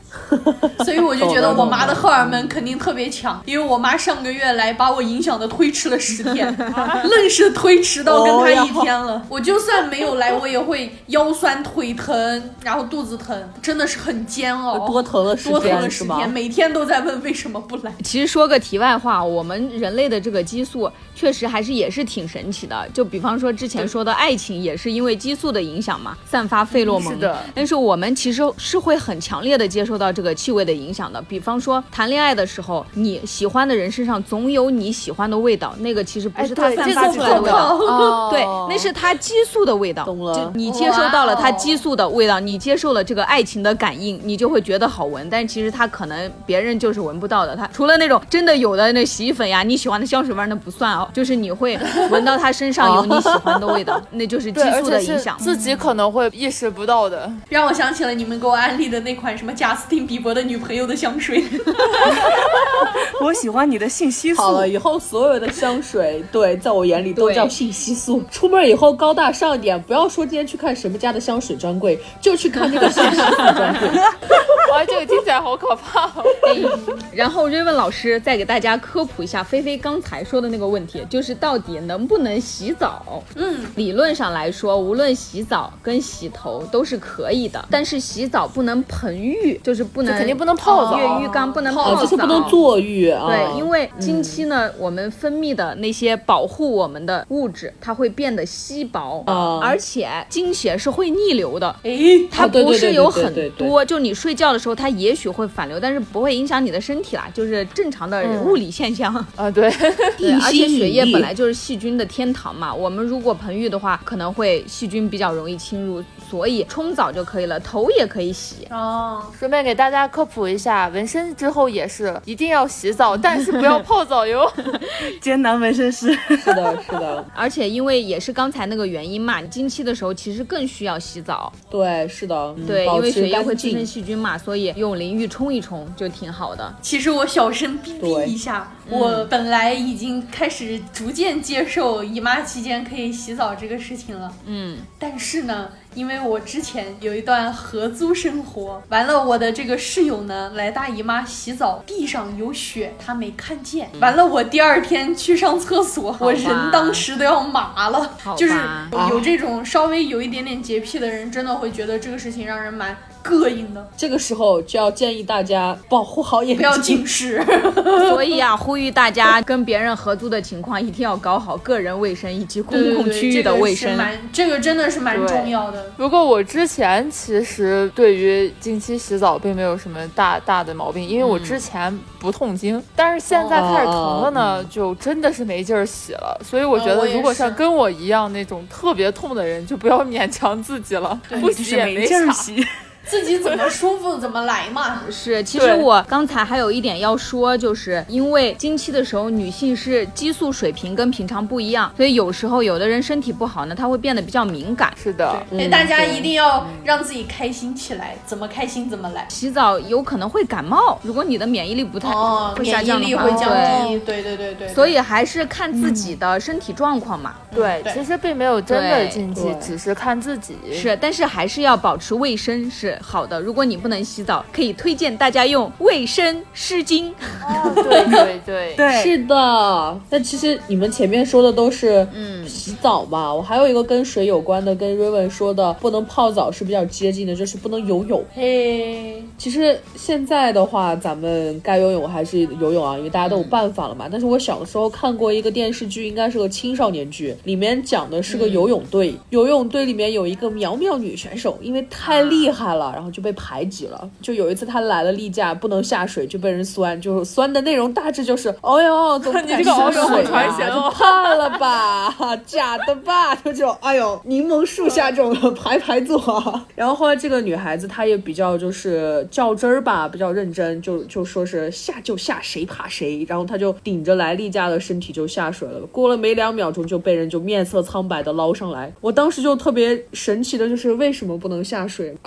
所以我就觉得我妈的荷尔蒙肯定特别强，因为我妈上个月来把我影响的推迟了十天，愣是推迟到跟她一天了。我就算没有来，我也会腰酸腿疼，然后肚子疼，真的是很煎熬， 多疼了十天， 多疼了十天，每天都在问为什么不来。 其实说个题外话，我们人类的这个激素确实还是也是挺神奇的。就比方说之前说的爱情，也是因为激素的影响嘛，散发费洛蒙。 是的。 但是我们其实是会很强烈的接受到这个气味的影响的。比方说谈恋爱的时候，你喜欢的人身上总有你喜欢的味道，那个其实不是他散发出来的味道，哦、对，那是他激素的味道。 懂了。 你接收到了他激素的味道，你接受了这个爱情的感应，你就会觉得好闻。但其实他可能别人就是闻不到的。他除了那种真的有的那洗衣粉呀，你喜欢的香水味那不算哦，就是你会闻到他身上有你喜欢的味道，那就是激素的影响， 自己可能会意识不到的。 让我想起了你们给我安利的那款什么贾斯汀比伯的女朋友的香水。 我喜欢你的信息素。 好了，以后所有的香水，对，在我眼里都叫信息素。出门以后高大上一点，不要说今天去看什么家的香水专柜，就去看那个信息素专柜。 哇，这个听起来好可怕、哦嗯、然后瑞文老师再给大家科普一下菲菲刚才说的那个问题，就是到底能不能洗澡。 嗯， 理论上来说，无论洗澡跟洗头都是可以的，但是洗澡不能盆浴，就是不能， 肯定不能泡澡， 越浴缸不能泡澡， 就是不能坐浴啊。 对，因为经期呢、嗯、我们分泌的那些保护我们的物质它会变得稀薄、嗯、而且经血是会逆流的。 诶， 它不是有很多，就你睡觉的时候它也许会反流，但是不会影响你的身体啦，就是正常的物理现象、 嗯、啊。对， 对，而且血液本来就是细菌的天堂嘛，我们如果盆浴的话可能会细菌比较容易侵入，所以冲澡就可以了，头也可以洗。 哦， 顺便给大家科普一下，纹身之后也是一定要洗澡，但是不要泡澡哟。 艰难纹身师。 是的，是的。 而且因为也是刚才那个原因嘛，经期的时候其实更需要洗澡。 对，是的。 对，因为血液会滋生细菌嘛，所以用淋浴冲一冲就挺好的。 其实我小声逼逼一下，我本来已经开始逐渐接受姨妈期间可以洗澡这个事情了。 嗯， 但是呢，因为我之前有一段合租生活，完了我的这个室友呢来大姨妈洗澡，地上有血，他没看见。完了我第二天去上厕所，我人当时都要麻了。就是有这种稍微有一点点洁癖的人，真的会觉得这个事情让人蛮膈应的。 这个时候就要建议大家保护好眼睛， 不要近视。 所以啊，呼吁大家跟别人合租的情况一定要搞好个人卫生以及公共区域的卫生。 对对对，这个是蛮，这个真的是蛮重要的。 不过我之前其实对于经期洗澡并没有什么大大的毛病，因为我之前不痛经、嗯、但是现在开始疼了呢、哦、就真的是没劲儿洗了。所以我觉得如果像跟我一样那种特别痛的人，就不要勉强自己了，不洗也没啥， 自己怎么舒服怎么来嘛。 是，其实我刚才还有一点要说，就是因为经期的时候女性是激素水平跟平常不一样，所以有时候有的人身体不好呢，他会变得比较敏感。 是的， 所以大家一定要让自己开心起来、嗯、怎么开心怎么来。 洗澡有可能会感冒，如果你的免疫力不太、 哦、 会下降的话， 免疫力会降低。对对对 对, 对, 对， 所以还是看自己的身体状况嘛、 嗯、对, 对，其实并没有真的禁忌，只是看自己。 是，但是还是要保持卫生是好的。如果你不能洗澡，可以推荐大家用卫生湿巾。 哦，对对对对， 是的。但其实你们前面说的都是嗯洗澡嘛，我还有一个跟水有关的，跟瑞文说的不能泡澡是比较接近的，就是不能游泳。 嘿， 其实现在的话，咱们该游泳还是游泳啊，因为大家都有办法了嘛。嗯、但是我小的时候看过一个电视剧，应该是个青少年剧，里面讲的是个游泳队、嗯，游泳队里面有一个苗苗女选手，因为太厉害了，然后就被排挤了。就有一次她来了例假，不能下水，就被人酸，就酸的内容大致就是，哦哟，怎么不敢下水啊？就怕了吧，假的吧？就这种，哎呦，柠檬树下这种排排坐。然后后来这个女孩子她也比较就是较真儿吧，比较认真，就就说是下就下，谁怕谁。然后她就顶着来例假的身体就下水了，过了没两秒钟就被人就面色苍白的捞上来。我当时就特别神奇的就是为什么不能下水，而且她演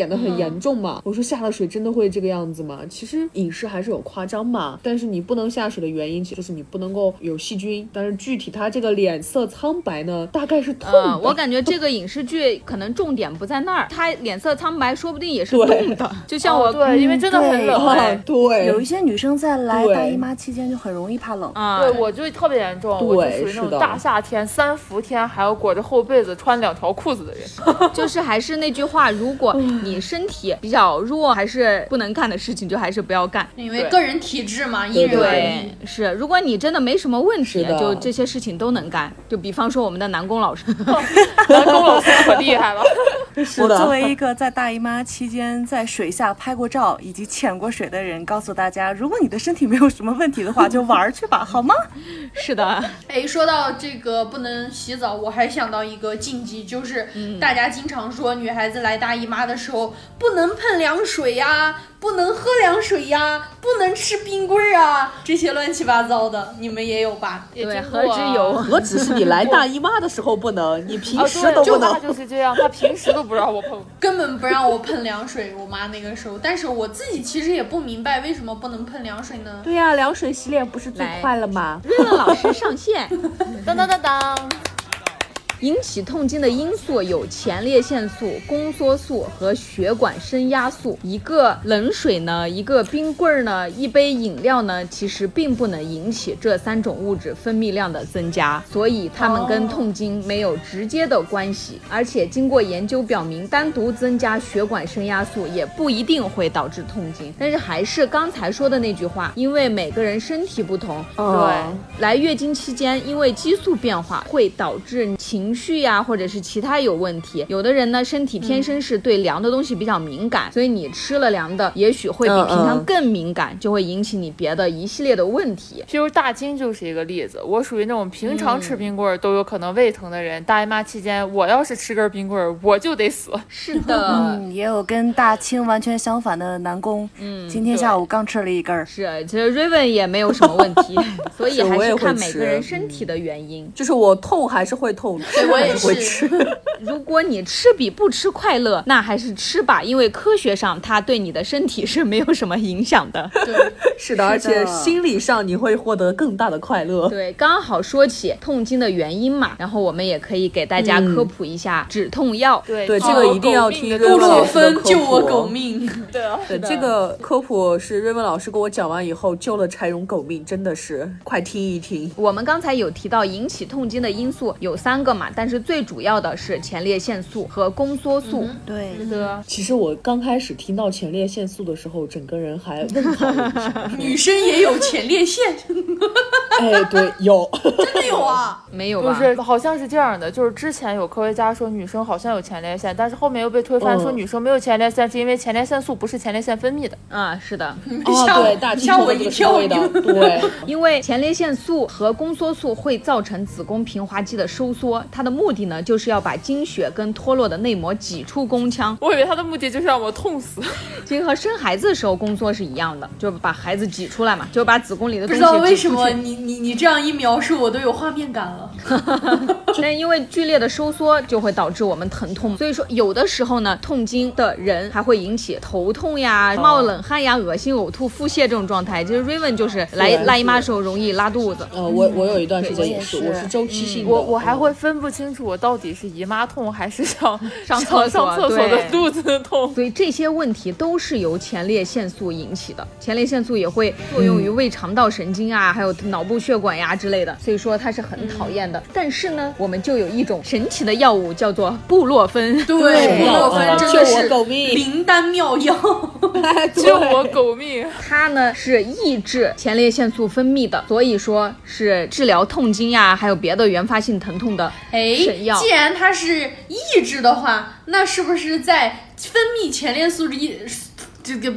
得很严重嘛、嗯、我说下了水真的会这个样子吗？其实饮食还是有夸张嘛，但是你不能下水的原因就是你不能够有细菌，但是具体它这个脸色苍白呢大概是痛的、 呃、我感觉这个影视剧可能重点不在那儿，它脸色苍白说不定也是冻的，就像我、 哦、对、嗯、因为真的很冷、哎啊、对， 有一些女生在来大姨妈期间就很容易怕冷啊，对，我就特别严重，我就属于那种大夏天三伏天还要裹着厚被子穿两条裤子的人就是还是那句话，如果你身体比较弱还是不能干的事情就还是不要干， 因为个人体质嘛，因人而异。 是，如果你真的没什么问题，就这些事情都能干。就比方说我们的南宫老师南宫老师可厉害了我作为一个在大姨妈期间在水下拍过照以及潜过水的人，告诉大家，如果你的身体没有什么问题的话就玩去吧好吗？ 是的。 哎，说到这个不能洗澡，我还想到一个禁忌，就是大家经常说女孩子来大姨妈的时候不能碰凉水呀，不能喝凉水呀，不能吃冰棍啊，这些乱七八糟的你们也有吧？ 对，何止有， 何止是你来大姨妈的时候不能，你平时都不能、 啊、就是这样，他平时都不让我碰根本不让我碰凉水，我妈那个时候。但是我自己其实也不明白为什么不能碰凉水呢？ 对呀、啊，凉水洗脸不是最快了吗？ 瑞文老师上线当当当当。 引起痛经的因素有前列腺素、宫缩素和血管升压素。一个冷水呢，一个冰棍呢，一杯饮料呢，其实并不能引起这三种物质分泌量的增加，所以它们跟痛经没有直接的关系。而且经过研究表明，单独增加血管升压素也不一定会导致痛经。但是还是刚才说的那句话，因为每个人身体不同， 对， 来月经期间因为激素变化会导致情绪呀、啊，或者是其他有问题。有的人呢身体天生是对凉的东西比较敏感、嗯、所以你吃了凉的也许会比平常更敏感、嗯嗯、就会引起你别的一系列的问题。 譬如大金就是一个例子，我属于那种平常吃冰棍都有可能胃疼的人、嗯、大姨妈期间我要是吃根冰棍我就得死。 是的、 嗯、也有跟大清完全相反的南宫，嗯，今天下午刚吃了一根。 是，其实 Raven 也没有什么问题所以还是看每个人身体的原因、嗯、 就是我痛还是会痛，吃我也会吃如果你吃比不吃快乐，那还是吃吧，因为科学上它对你的身体是没有什么影响的。 对， 是的，而且心理上你会获得更大的快乐。 对，刚好说起痛经的原因嘛，然后我们也可以给大家科普一下止痛药。 对、 嗯、对，这个一定要听布洛芬救我狗命。 对啊， 对，这个科普是瑞文老师给我讲完以后救了柴荣狗命，真的是快听一听。 我们刚才有提到引起痛经的因素有三个嘛，但是最主要的是前列腺素和宫缩素、嗯、 对的。 其实我刚开始听到前列腺素的时候整个人还问号了一下女生也有前列腺哎，对，有真的有啊？ 没有吧？ 不是，好像是这样的，就是之前有科学家说女生好像有前列腺，但是后面又被推翻、嗯、说女生没有前列腺是因为前列腺素不是前列腺分泌的。 啊，是的。 哦，对，大吓我一跳的。对， 因为前列腺素和宫缩素会造成子宫平滑肌的收缩，它的目的呢就是要把经血跟脱落的内膜挤出宫腔。 我以为它的目的就是让我痛死。 其实和生孩子的时候宫缩是一样的，就把孩子挤出来嘛，就把子宫里的东西挤出去。 不知道为什么你你你这样一描述，我都有画面感了。 但因为剧烈的收缩就会导致我们疼痛，所以说有的时候呢，痛经的人还会引起头痛呀、冒冷汗呀、恶心、呕吐、腹泻这种状态。其实 Raven 就是来大姨妈的时候容易拉肚子。 呃，我我有一段时间也是，我是周期性的。 嗯、我我还会分不清楚我到底是姨妈痛还是上上厕所上厕所的肚子痛。 所以这些问题都是由前列腺素引起的。前列腺素也会作用于胃肠道神经啊，嗯、还有脑部血管呀之类的，所以说它是很讨厌的。嗯、但是呢，我们就有一种神奇的药物叫做布洛芬。 对，布洛芬真的是狗命灵丹妙药， 救我狗命。 它呢是抑制前列腺素分泌的，所以说是治疗痛经呀，还有别的原发性疼痛的神药。 既然它是抑制的话，那是不是在分泌前列素一这个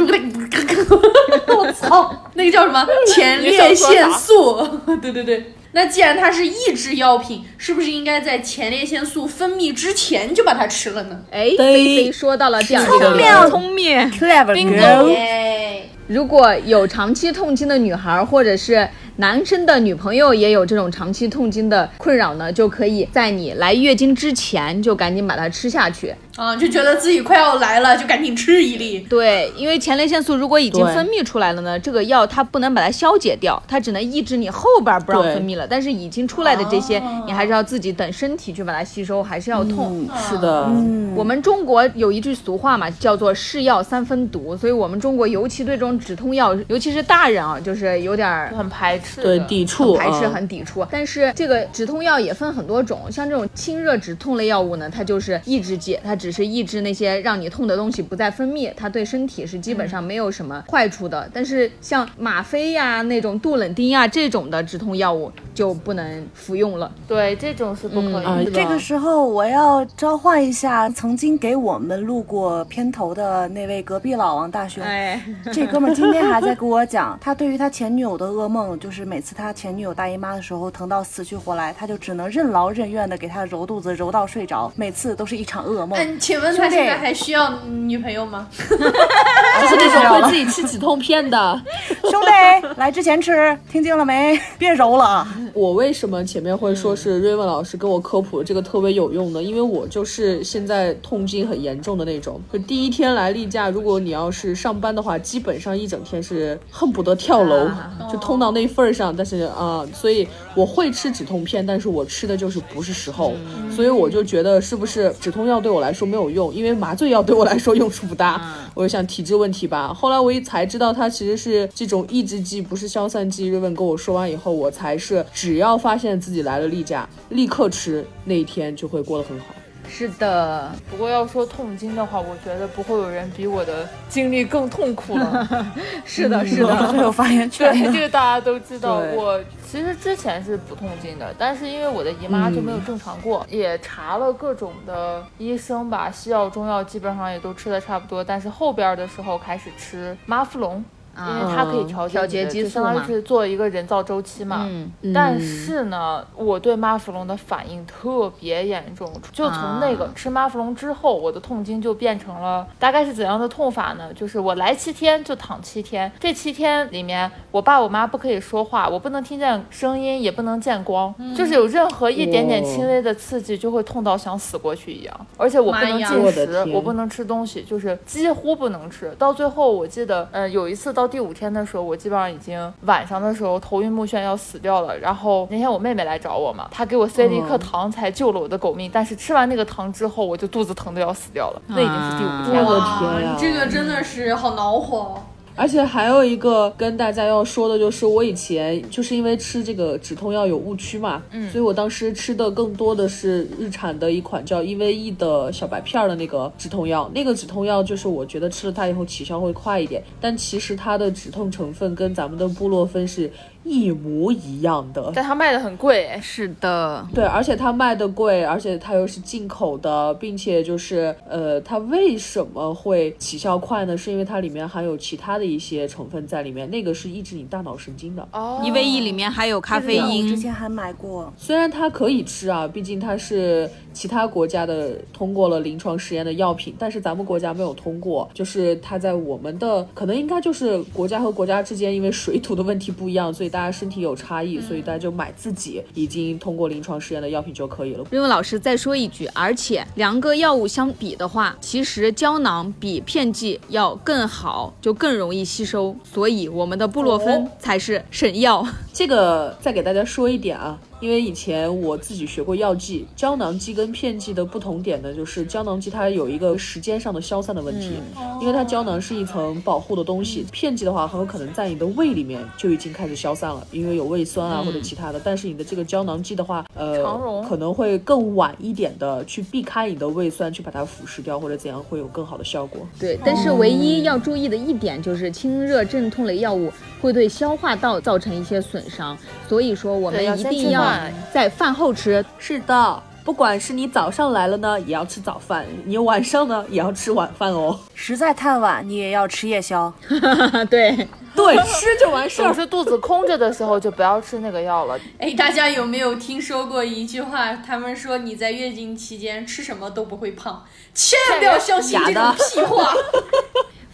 我操，那个叫什么前列腺素？对对对。那既然它是抑制药品，是不是应该在前列腺素分泌之前就把它吃了呢？ 哎，菲菲说到了点上了，聪明 ，clever girl。 如果有长期痛经的女孩，或者是男生的女朋友也有这种长期痛经的困扰呢，就可以在你来月经之前就赶紧把它吃下去。 啊，就觉得自己快要来了，就赶紧吃一粒。 对，因为前列腺素如果已经分泌出来了呢，这个药它不能把它消解掉，它只能抑制你后边不让分泌了。但是已经出来的这些，你还是要自己等身体去把它吸收，还是要痛。 嗯、是的、 嗯，我们中国有一句俗话嘛，叫做是药三分毒，所以我们中国尤其对这种止痛药，尤其是大人啊，就是有点很排斥， 对，抵触， 很排斥，很抵触。但是这个止痛药也分很多种，像这种清热止痛类药物呢，它就是抑制剂，它只是抑制那些让你痛的东西不再分泌，它对身体是基本上没有什么坏处的。嗯、但是像吗啡呀、那种杜冷丁呀这种的止痛药物就不能服用了。 对，这种是不可以的。 嗯、这个时候我要召唤一下曾经给我们录过片头的那位隔壁老王大兄。 哎， 这哥们今天还在跟我讲，他对于他前女友的噩梦，就是每次他前女友大姨妈的时候疼到死去活来，他就只能任劳任怨的给他揉肚子，揉到睡着，每次都是一场噩梦。 嗯，请问他现在还需要女朋友吗？ 就是那种会自己吃止痛片的兄弟，来之前吃，听见了没？别揉了。 我为什么前面会说是瑞文老师跟我科普这个特别有用呢？因为我就是现在痛经很严重的那种，就第一天来例假，如果你要是上班的话，基本上一整天是恨不得跳楼，啊、就痛到那份上。但是啊、呃，所以我会吃止痛片，但是我吃的就是不是时候，嗯、所以我就觉得是不是止痛药对我来说没有用，因为麻醉药对我来说用处不大。嗯、我就想体质问题吧。后来我一才知道它其实是这种抑制剂，不是消散剂。瑞文跟我说完以后，我才是只要发现自己来了例假，立刻吃，那一天就会过得很好。 是的， 不过要说痛经的话，我觉得不会有人比我的经历更痛苦了。 是的，是的， 最有发言权。 对，这个大家都知道。我其实之前是不痛经的，但是因为我的姨妈就没有正常过，嗯、也查了各种的医生吧，西药中药基本上也都吃的差不多，但是后边的时候开始吃妈芙龙。因为它可以调节节激素， 就相当于是做一个人造周期嘛。嗯，但是呢，我对妈芙龙的反应特别严重，就从那个、啊、吃妈芙龙之后，我的痛经就变成了大概是怎样的痛法呢？就是我来七天就躺七天，这七天里面，我爸我妈不可以说话，我不能听见声音，也不能见光，嗯、就是有任何一点点轻微的刺激，就会痛到想死过去一样。而且我不能进食，我不能吃东西，就是几乎不能吃。到最后，我记得，呃，有一次到第五天的时候，我基本上已经晚上的时候头晕目眩要死掉了。然后那天我妹妹来找我嘛，她给我塞了一颗糖才救了我的狗命。嗯、但是吃完那个糖之后，我就肚子疼得要死掉了。啊、那已经是第五天了。 我的天呀， 这个真的是好恼火。 而且还有一个跟大家要说的就是，我以前就是因为吃这个止痛药有误区嘛，嗯，所以我当时吃的更多的是日产的一款叫依维易的小白片的那个止痛药。那个止痛药就是我觉得吃了它以后起效会快一点，但其实它的止痛成分跟咱们的布洛芬是一模一样的， 但它卖的很贵。 是的， 对，而且它卖的贵，而且它又是进口的，并且就是呃，它为什么会起效快呢？是因为它里面含有其他的一些成分在里面，那个是抑制你大脑神经的。 哦，依维易里面还有咖啡因， 我之前还买过。 虽然它可以吃啊，毕竟它是其他国家的通过了临床实验的药品，但是咱们国家没有通过，就是它在我们的可能应该就是国家和国家之间因为水土的问题不一样，所以大家身体有差异，所以大家就买自己已经通过临床实验的药品就可以了。 瑞文老师再说一句，而且两个药物相比的话，其实胶囊比片剂要更好，就更容易吸收，所以我们的布洛芬才是神药。哦、 这个再给大家说一点啊，因为以前我自己学过药剂，胶囊剂跟片剂的不同点呢，就是胶囊剂它有一个时间上的消散的问题，嗯、因为它胶囊是一层保护的东西，片剂的话很有可能在你的胃里面就已经开始消散了，因为有胃酸啊、嗯、或者其他的，但是你的这个胶囊剂的话，呃，可能会更晚一点的去避开你的胃酸，去把它腐蚀掉或者怎样，会有更好的效果。 对，但是唯一要注意的一点就是清热镇痛类药物会对消化道造成一些损伤，所以说我们一定要在饭后吃。 是的，不管是你早上来了呢，也要吃早饭；你晚上呢，也要吃晚饭哦。 实在太晚，你也要吃夜宵。 对。 对，吃就完事儿。 是肚子空着的时候就不要吃那个药了。 哎，大家有没有听说过一句话？他们说你在月经期间吃什么都不会胖，千万不要相信这种屁话。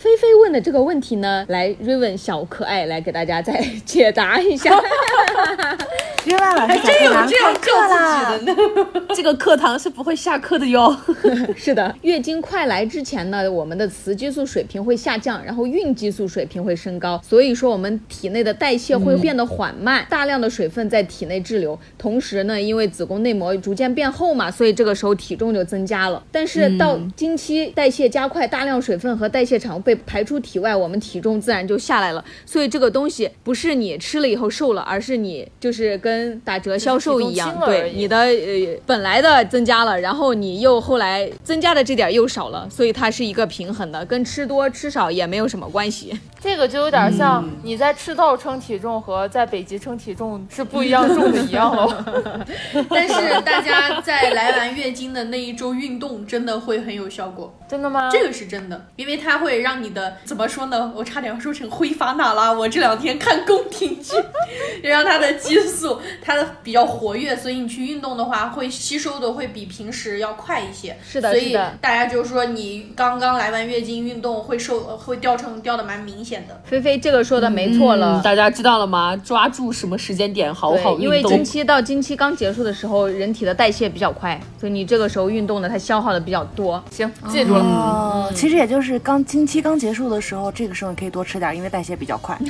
菲菲问的这个问题呢，来瑞文小可爱来给大家再解答一下。 瑞文老师真有这样课啦叫自己的呢。 这个课堂是不会下课的哟。 是的，月经快来之前呢，我们的雌激素水平会下降，然后孕激素水平会升高，所以说我们体内的代谢会变得缓慢，嗯、大量的水分在体内滞留，同时呢，因为子宫内膜逐渐变厚嘛，所以这个时候体重就增加了。但是到经期代谢加快，大量水分和代谢产物被排出体外，我们体重自然就下来了。所以这个东西不是你吃了以后瘦了，而是你就是跟打折销售一样，对你的呃本来的增加了，然后你又后来增加的这点又少了，所以它是一个平衡的，跟吃多吃少也没有什么关系。 这个就有点像你在赤道称体重和在北极称体重是不一样重的一样了。 但是大家在来完月经的那一周运动真的会很有效果。 真的吗？ 这个是真的，因为它会让你的怎么说呢？我差点说成挥发那拉。我这两天看宫廷剧，让它的激素它的比较活跃，所以你去运动的话，会吸收的会比平时要快一些。 是的， 所以大家就说你刚刚来完月经运动会瘦，会掉成掉的蛮明显的。 菲菲这个说的没错了、 嗯，大家知道了吗？抓住什么时间点好好运动。 因为经期到经期刚结束的时候，人体的代谢比较快，所以你这个时候运动呢，它消耗的比较多。 行，记住了。 哦、嗯，其实也就是刚经期刚结束的时候，这个时候你可以多吃点，因为代谢比较快。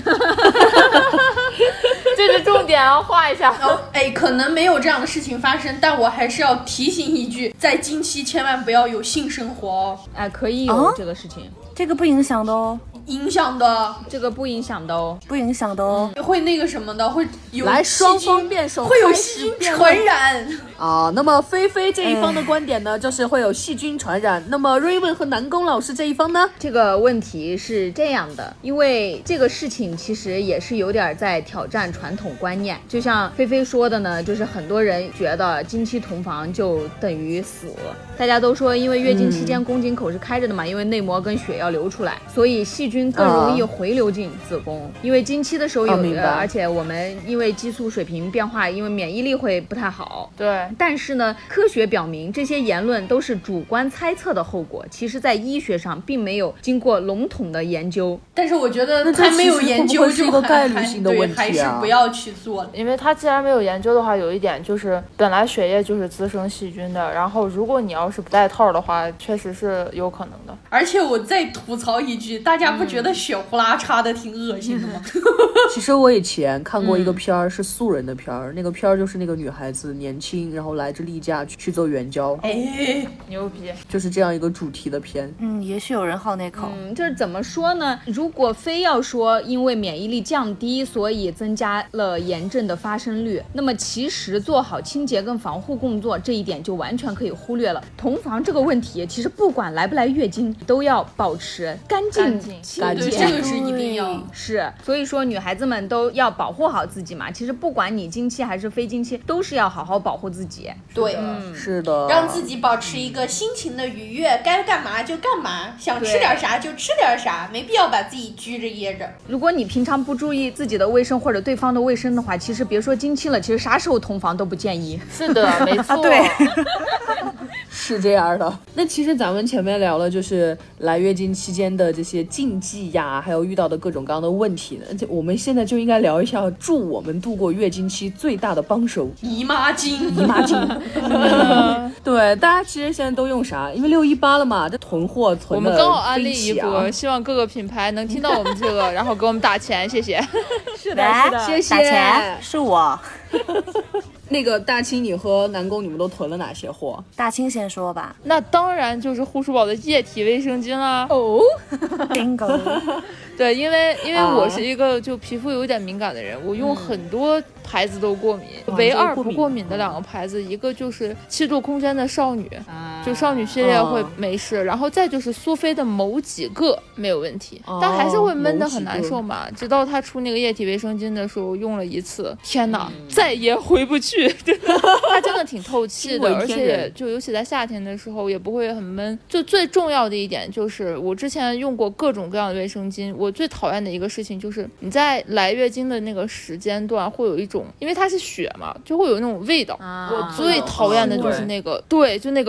这是重点啊，画一下。 哦，哎，可能没有这样的事情发生，但我还是要提醒一句，在经期千万不要有性生活哦。 哎，可以有、哦、这个事情， 这个不影响的哦。 影响的， 这个不影响的哦， 不影响的哦， 会那个什么的，会有来双方辩手， 会有细菌传染啊。那么菲菲这一方的观点呢，就是会有细菌传染。那么瑞文和南宫老师这一方呢， 这个问题是这样的，因为这个事情其实也是有点在挑战传统观念。就像菲菲说的呢，就是很多人觉得经期同房就等于死，大家都说因为月经期间宫颈口是开着的嘛，嗯、因为内膜跟血要流出来，所以细菌更容易回流进子宫。哦、因为经期的时候有、哦、而且我们因为激素水平变化，因为免疫力会不太好。 对， 但是呢，科学表明这些言论都是主观猜测的后果，其实在医学上并没有经过笼统的研究。 但是我觉得还没有研究是一个概率性的问题、啊、 还是不要去做。 因为它既然没有研究的话，有一点就是本来血液就是滋生细菌的，然后如果你要是不戴套的话，确实是有可能的。 而且我再吐槽一句，大家不觉得血呼啦叉的挺恶心的吗？ 其实我以前看过一个片儿，是素人的片儿、嗯、那个片儿就是那个女孩子年轻，然后来着例假去去做援交。 哎， 牛逼， 就是这样一个主题的片。 嗯，也许有人好那口。 嗯，就是怎么说呢，如果非要说因为免疫力降低所以增加了炎症的发生率，那么其实做好清洁跟防护工作这一点就完全可以忽略了。同房这个问题其实不管来不来月经都要保持干净清洁， 这个是一定要是，所以说女孩子们都要保护好自己嘛。其实不管你经期还是非经期，都是要好好保护自己。 对， 嗯， 是的， 让自己保持一个心情的愉悦，该干嘛就干嘛，想吃点啥就吃点啥，没必要把自己拘着掖着。 如果你平常不注意自己的卫生或者对方的卫生的话，其实别说经期了，其实啥时候同房都不建议。 是的，没错。 对。 是这样的。那其实咱们前面聊了就是来月经期间的这些禁忌呀，还有遇到的各种各样的问题呢，我们现在就应该聊一下助我们度过月经期最大的帮手—— 姨妈巾。 姨妈巾。对，大家其实现在都用啥？因为六一八了嘛，这囤货囤的、啊、 我们刚好安利一波，希望各个品牌能听到我们这个，然后给我们打钱，谢谢。 是的，是的， 谢谢。 打钱是我。 那个大清，你和南宫你们都囤了哪些货？ 大清先说吧。 那当然就是护舒宝的液体卫生巾啦。 哦 ，bingo。 对，因为因为我是一个就皮肤有点敏感的人，我用很多牌子都过敏，嗯、唯二不过敏的两个牌子，一个就是七度空间的少女，啊、就少女系列会没事，啊、然后再就是苏菲的某几个没有问题，啊、但还是会闷得很难受嘛。直到她出那个液体卫生巾的时候，用了一次，天哪，嗯、再也回不去。它真的挺透气的，而且就尤其在夏天的时候也不会很闷。就最重要的一点就是，我之前用过各种各样的卫生巾，我最讨厌的一个事情就是你在来月经的那个时间段会有一种，因为它是血嘛，就会有那种味道。啊、我最讨厌的就是那个，对，就那个味儿，我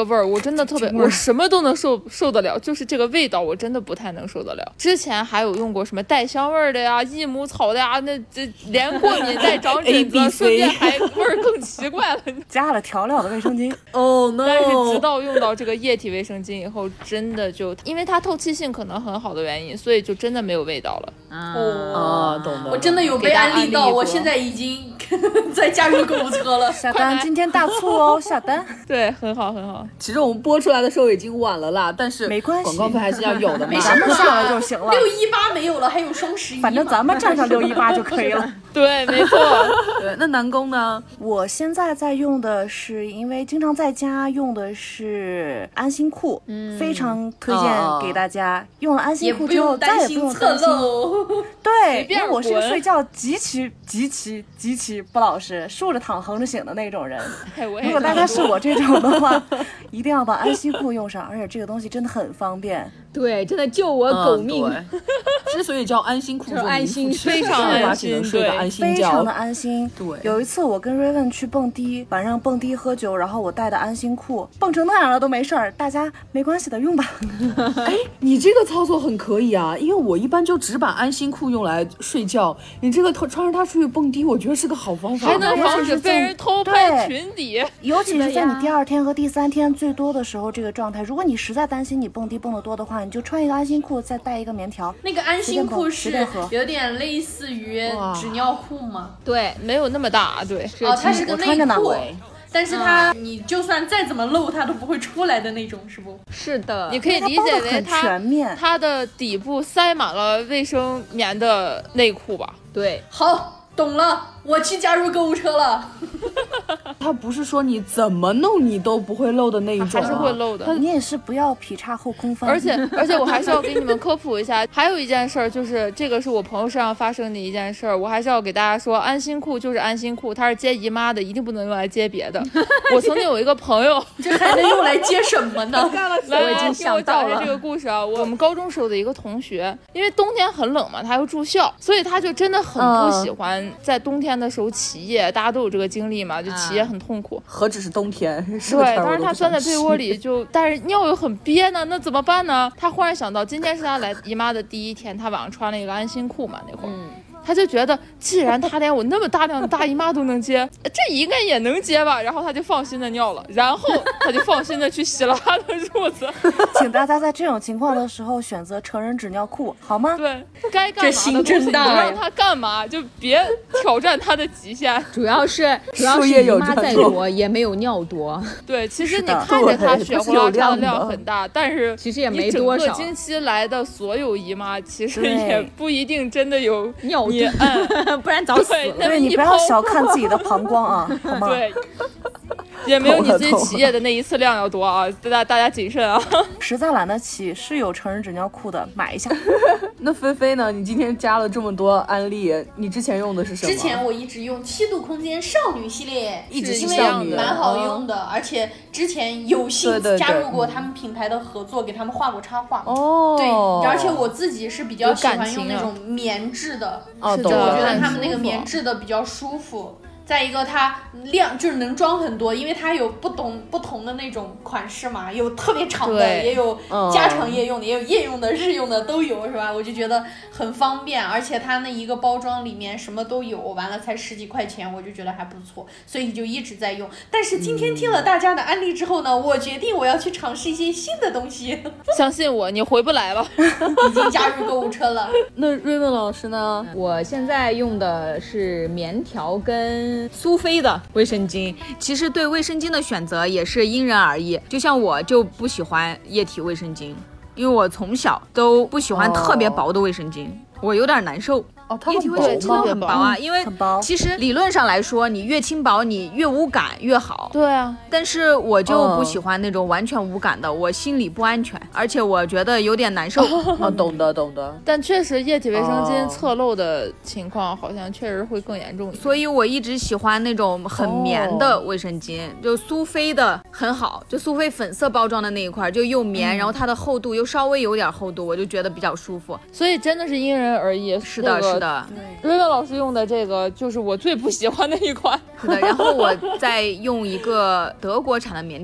真的特别，我什么都能受受得了，就是这个味道我真的不太能受得了。之前还有用过什么带香味的呀、益母草的呀，那这连过敏带长疹子，顺便还味儿更奇怪了。 加了调料的卫生巾。 哦、oh, no！ 但是直到用到这个液体卫生巾以后，真的就因为它透气性可能很好的原因，所以就真的没有味道了。 哦， 啊，懂的。 我真的有被安利到，我现在已经在加入购物车了。 下单，今天大促哦，下单。 对，很好很好。 其实我们播出来的时候已经晚了啦，但是没关系， 广告费还是要有的嘛。 没事， 咱们下了就行了。 六一八没有了，还有双十一。 反正咱们站上六一八就可以了。 对，没错。 对，那南宫呢？ 我现在在用的是，因为经常在家用的是安心裤，嗯，非常推荐给大家。哦、用了安心裤之后，再也不用担心。对，因为我是个睡觉极其极其极其不老实、竖着躺横着醒的那种人。如果大家是我这种的话，一定要把安心裤用上，而且这个东西真的很方便。 对，真的救我狗命。 嗯、之所以叫安心裤， 就是安心， 非常安心， 对，安心非常的安心。 对， 有一次我跟 Raven 去蹦迪，晚上蹦迪喝酒，然后我带的安心裤蹦成那样了都没事儿，大家没关系的，用吧。 哎，你这个操作很可以啊，因为我一般就只把安心裤用来睡觉，你这个穿着它出去蹦迪，我觉得是个好方法， 还能防止被人偷拍裙底。 尤其是在你第二天和第三天最多的时候这个状态，如果你实在担心你蹦迪蹦得多的话，你就穿一个安心裤，再带一个棉条。 那个安心裤是有点类似于纸尿裤吗？ 对，没有那么大。对， 哦，它是个内裤。但是它， 嗯、 你就算再怎么露，它都不会出来的那种，是不？ 是的， 你可以理解为它全面， 它的底部塞满了卫生棉的内裤吧？ 对， 好，懂了。我去加入购物车了。 它不是说你怎么弄你都不会漏的那一种、啊， 还是会漏的。 你也是不要劈叉后空翻。 而且而且我还是要给你们科普一下，还有一件事儿，就是这个是我朋友身上发生的一件事儿，我还是要给大家说，安心裤就是安心裤，它是接姨妈的，一定不能用来接别的。我曾经有一个朋友， 这还能用来接什么呢？ 来， 我已经想到了听我讲一下这个故事啊。我们高中时候的一个同学，因为冬天很冷嘛，他要住校，所以他就真的很不喜欢在冬天的时候起夜。大家都有这个经历嘛，就起夜很痛苦。 何止是冬天， 对，但是他钻在被窝里就，但是尿又很憋呢，那怎么办呢？他忽然想到，今天是他来姨妈的第一天，他晚上穿了一个安心裤嘛，那会儿。嗯，他就觉得，既然他连我那么大量的大姨妈都能接，这应该也能接吧。然后他就放心的尿了，然后他就放心的去洗了他的褥子。 请大家在这种情况的时候选择成人纸尿裤，好吗？ 对，该干嘛的东西你让他干嘛，就别挑战他的极限。 主要是主要是姨妈再多也没有尿多。 对，其实你看着他血呼啦啦的量很大，但是其实也没多少。 整个经期来的所有姨妈，其实也不一定真的有尿多。 嗯， 不然早死了。 对，你不要小看自己的膀胱啊，好吗？ 对，也没有你自己起夜的那一次量要多啊，大家大家谨慎啊。 实在懒得起，是有成人纸尿裤的，买一下。 那菲菲呢？你今天加了这么多安利，你之前用的是什么？ 之前我一直用七度空间少女系列， 一直是少女， 蛮好用的，而且之前有幸加入过他们品牌的合作，给他们画过插画。 哦， 对，而且我自己是比较喜欢用那种棉质的， 哦， 就我觉得他们那个棉质的比较舒服。再一个，它量就是能装很多，因为它有不同不同的那种款式嘛，有特别长的，也有家常夜用的，也有夜用的、日用的都有，是吧？我就觉得很方便，而且它那一个包装里面什么都有，完了才十几块钱，我就觉得还不错，所以就一直在用。但是今天听了大家的安利之后呢，我决定我要去尝试一些新的东西。 相信我，你回不来了， 已经加入购物车了。 那瑞文老师呢？ 我现在用的是棉条跟苏菲的卫生巾，其实对卫生巾的选择也是因人而异。就像我就不喜欢液体卫生巾，因为我从小都不喜欢特别薄的卫生巾，哦、我有点难受。 哦，它液体卫生巾很薄啊，因为其实理论上来说，你越轻薄，你越无感越好。 对啊， 但是我就不喜欢那种完全无感的，我心里不安全，而且我觉得有点难受。 哦，懂得懂得。 但确实液体卫生巾侧漏的情况好像确实会更严重一点， 所以我一直喜欢那种很棉的卫生巾，就苏菲的很好，就苏菲粉色包装的那一块，就又棉，嗯、然后它的厚度又稍微有点厚度，我就觉得比较舒服。 所以真的是因人而异。 是的，那个、是的。 瑞文老师用的这个就是我最不喜欢的一款。 是的，然后我再用一个德国产的棉条，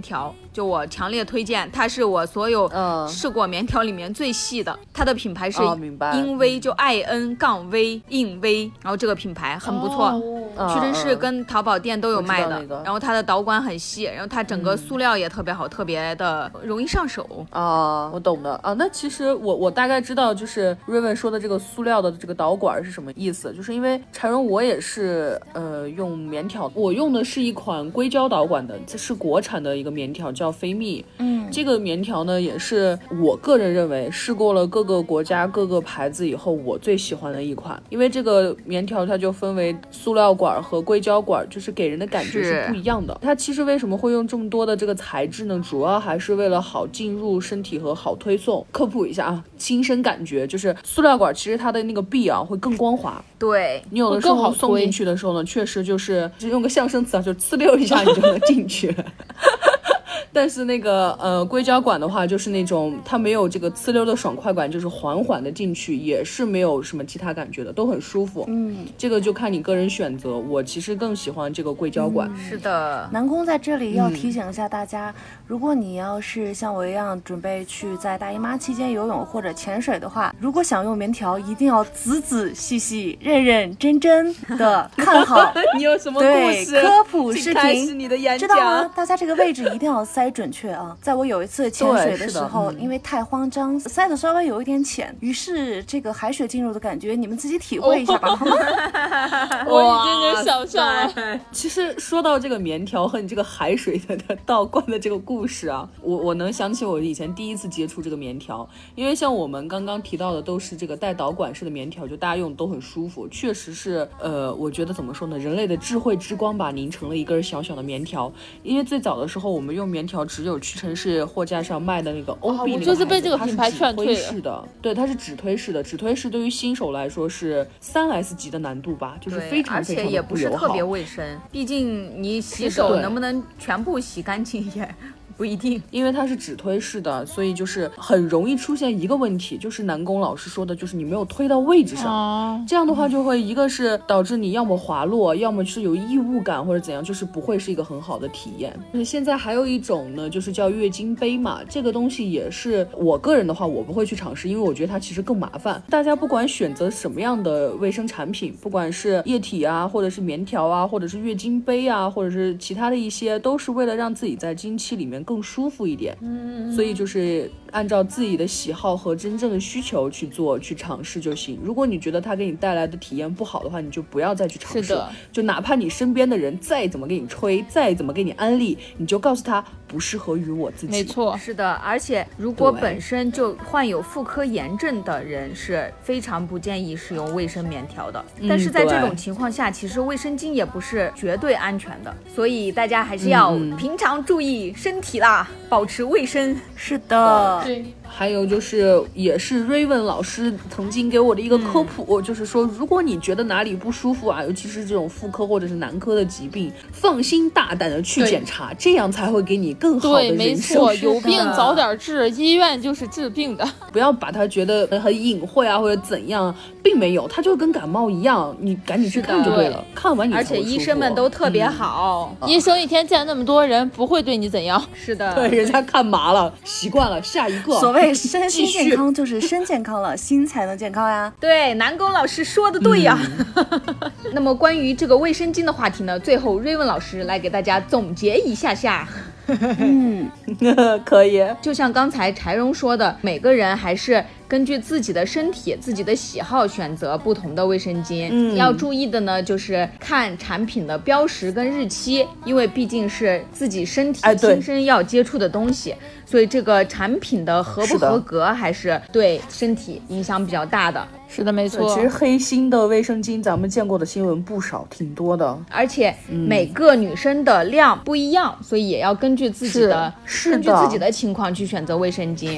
就我强烈推荐，它是我所有试过棉条里面最细的，它的品牌是英威，就 I N 杠 V 硬威，然后这个品牌很不错，屈臣氏跟淘宝店都有卖的，然后它的导管很细，然后它整个塑料也特别好，特别的容易上手啊。我懂的啊，那其实我我大概知道，就是瑞文说的这个塑料的这个导管是什么意思，就是因为柴荣我也是呃用棉条，我用的是一款硅胶导管的，这是国产的一个棉条，叫飞蜜。嗯，这个棉条呢也是我个人认为试过了各个国家各个牌子以后我最喜欢的一款，因为这个棉条它就分为塑料管和硅胶管，就是给人的感觉是不一样的。它其实为什么会用这么多的这个材质呢？主要还是为了好进入身体和好推送。科普一下啊，亲身感觉就是塑料管其实它的那个壁啊会更光滑， 对你有的时候送进去的时候呢，确实就是就用个象声词啊，就呲溜一下你就能进去但是那个呃硅胶管的话，就是那种它没有这个呲溜的爽快感，就是缓缓的进去，也是没有什么其他感觉的，都很舒服。嗯，这个就看你个人选择。我其实更喜欢这个硅胶管。 嗯、是的， 南宫在这里要提醒一下大家、嗯，如果你要是像我一样准备去在大姨妈期间游泳或者潜水的话，如果想用棉条，一定要仔仔细细、认认真真的看好。 你有什么故事？ 对，科普视频， 你的演讲知道吗？大家这个位置一定要塞准确啊！在我有一次潜水的时候，嗯、因为太慌张，塞的稍微有一点浅，于是这个海水进入的感觉，你们自己体会一下吧，好吗？ 我已经能想象了。 其实说到这个棉条和你这个海水的倒灌的这个故事啊，我我能想起我以前第一次接触这个棉条，因为像我们刚刚提到的都是这个带导管式的棉条，就大家用都很舒服，确实是呃，我觉得怎么说呢，人类的智慧之光吧凝成了一根小小的棉条。因为最早的时候我们用棉条只有屈臣氏货架上卖的那个欧碧、哦、那个牌子， 就是被这个品牌劝退的。对，它是指推式的，指推式对于新手来说是三 S 级的难度吧，就是非常非常的不友好，而且也不是特别卫生，毕竟你洗手能不能全部洗干净也不一定， 因为它是指推式的，所以就是很容易出现一个问题，就是南宫老师说的，就是你没有推到位置上、啊、这样的话就会一个是导致你要么滑落，要么是有异物感或者怎样，就是不会是一个很好的体验。现在还有一种呢，就是叫月经杯嘛，这个东西也是我个人的话我不会去尝试，因为我觉得它其实更麻烦。大家不管选择什么样的卫生产品，不管是液体啊，或者是棉条啊，或者是月经杯啊，或者是其他的一些，都是为了让自己在经期里面更舒服一点，嗯，所以就是按照自己的喜好和真正的需求去做，去尝试就行。如果你觉得它给你带来的体验不好的话，你就不要再去尝试。 是的， 就哪怕你身边的人再怎么给你吹，再怎么给你安利，你就告诉他不适合于我自己。 没错， 是的。而且如果本身就患有妇科炎症的人是非常不建议使用卫生棉条的、嗯、但是在这种情况下，其实卫生巾也不是绝对安全的，所以大家还是要平常注意身体啦、嗯、保持卫生。 是的， 对。 还有就是也是 Raven 老师曾经给我的一个科普、嗯、就是说如果你觉得哪里不舒服啊，尤其是这种妇科或者是男科的疾病，放心大胆的去检查，这样才会给你更好的人生。 对，没错，有病早点治，医院就是治病的， 不要把它觉得很隐晦啊或者怎样，并没有，它就跟感冒一样，你赶紧去看就对了，看完你才会舒服。 而且医生们都特别好、 嗯、医生一天见那么多人，不会对你怎样。 是的， 对，人家看麻了习惯了，下一个所谓身心健康就是身健康了，心才能健康呀。 对，南宫老师说的对呀、嗯、那么关于这个卫生巾的话题呢，最后瑞文老师来给大家总结一下下。 嗯，可以。 就像刚才柴荣说的，每个人还是根据自己的身体、自己的喜好选择不同的卫生巾。嗯，要注意的呢，就是看产品的标识跟日期，因为毕竟是自己身体亲身要接触的东西，所以这个产品的合不合格还是对身体影响比较大的。 是的，没错。 其实黑心的卫生巾咱们见过的新闻不少，挺多的。 而且每个女生的量不一样，嗯、所以也要根据自己的根据自己的情况去选择卫生巾。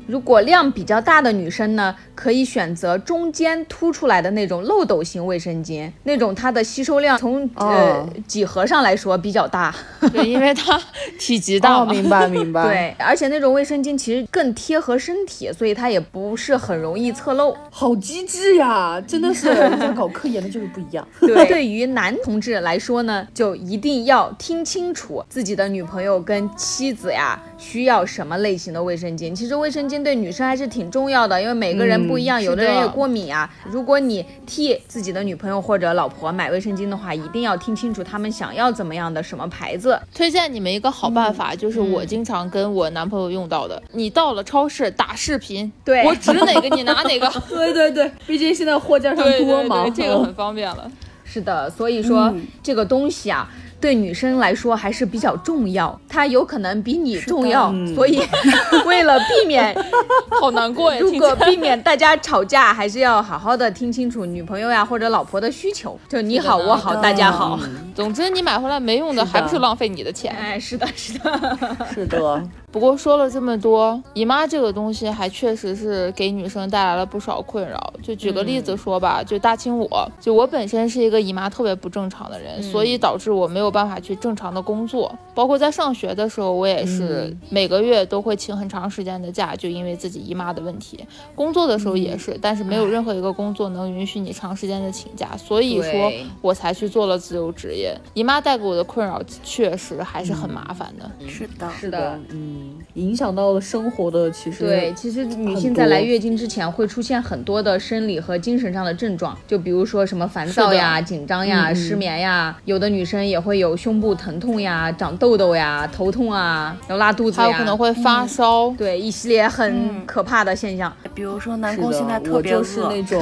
如果量比较大的女生呢，可以选择中间凸出来的那种漏斗型卫生巾，那种它的吸收量从、哦、呃几何上来说比较大。 对，因为它体积大嘛、 哦、明白明白。 对，而且那种卫生巾其实更贴合身体，所以它也不是很容易侧漏。 好机智呀，真的是人家搞科研的就是不一样。 对，对于男同志来说呢，就一定要听清楚自己的女朋友跟妻子呀需要什么类型的卫生巾。其实卫生巾对女生还是挺重要的，因为每个人不一样、嗯、有的人有过敏啊。如果你替自己的女朋友或者老婆买卫生巾的话，一定要听清楚他们想要怎么样的什么牌子。 推荐你们一个好办法、嗯、就是我经常跟我男朋友用到的、嗯、你到了超市打视频， 对， 我指哪个你拿哪个。 对对对，毕竟现在货架上多嘛， 对对对，这个很方便了。 是的，所以说、嗯、这个东西啊对女生来说还是比较重要，它有可能比你重要、嗯、所以为了避免好难过呀， 如果避免大家吵架，还是要好好的听清楚女朋友呀或者老婆的需求，就你好我好大家好、 嗯、总之你买回来没用的还不是浪费你的钱。 哎，是的是的是的。 不过说了这么多，姨妈这个东西还确实是给女生带来了不少困扰。就举个例子说吧、嗯、就大清我就我本身是一个姨妈特别不正常的人、嗯、所以导致我没有办法去正常的工作，包括在上学的时候我也是每个月都会请很长时间的假，就因为自己姨妈的问题。工作的时候也是、嗯、但是没有任何一个工作能允许你长时间的请假，所以说我才去做了自由职业。姨妈带给我的困扰确实还是很麻烦的、 嗯、是的是的， 嗯，影响到了生活的其实对，其实女性在来月经之前会出现很多的生理和精神上的症状，就比如说什么烦躁呀、紧张呀、嗯、失眠呀，有的女生也会有胸部疼痛呀、长痘痘呀、头痛啊，然后拉肚子呀， 还有可能会发烧、 嗯、对，一系列很可怕的现象、 嗯、比如说南宫现在特别饿， 我就是那种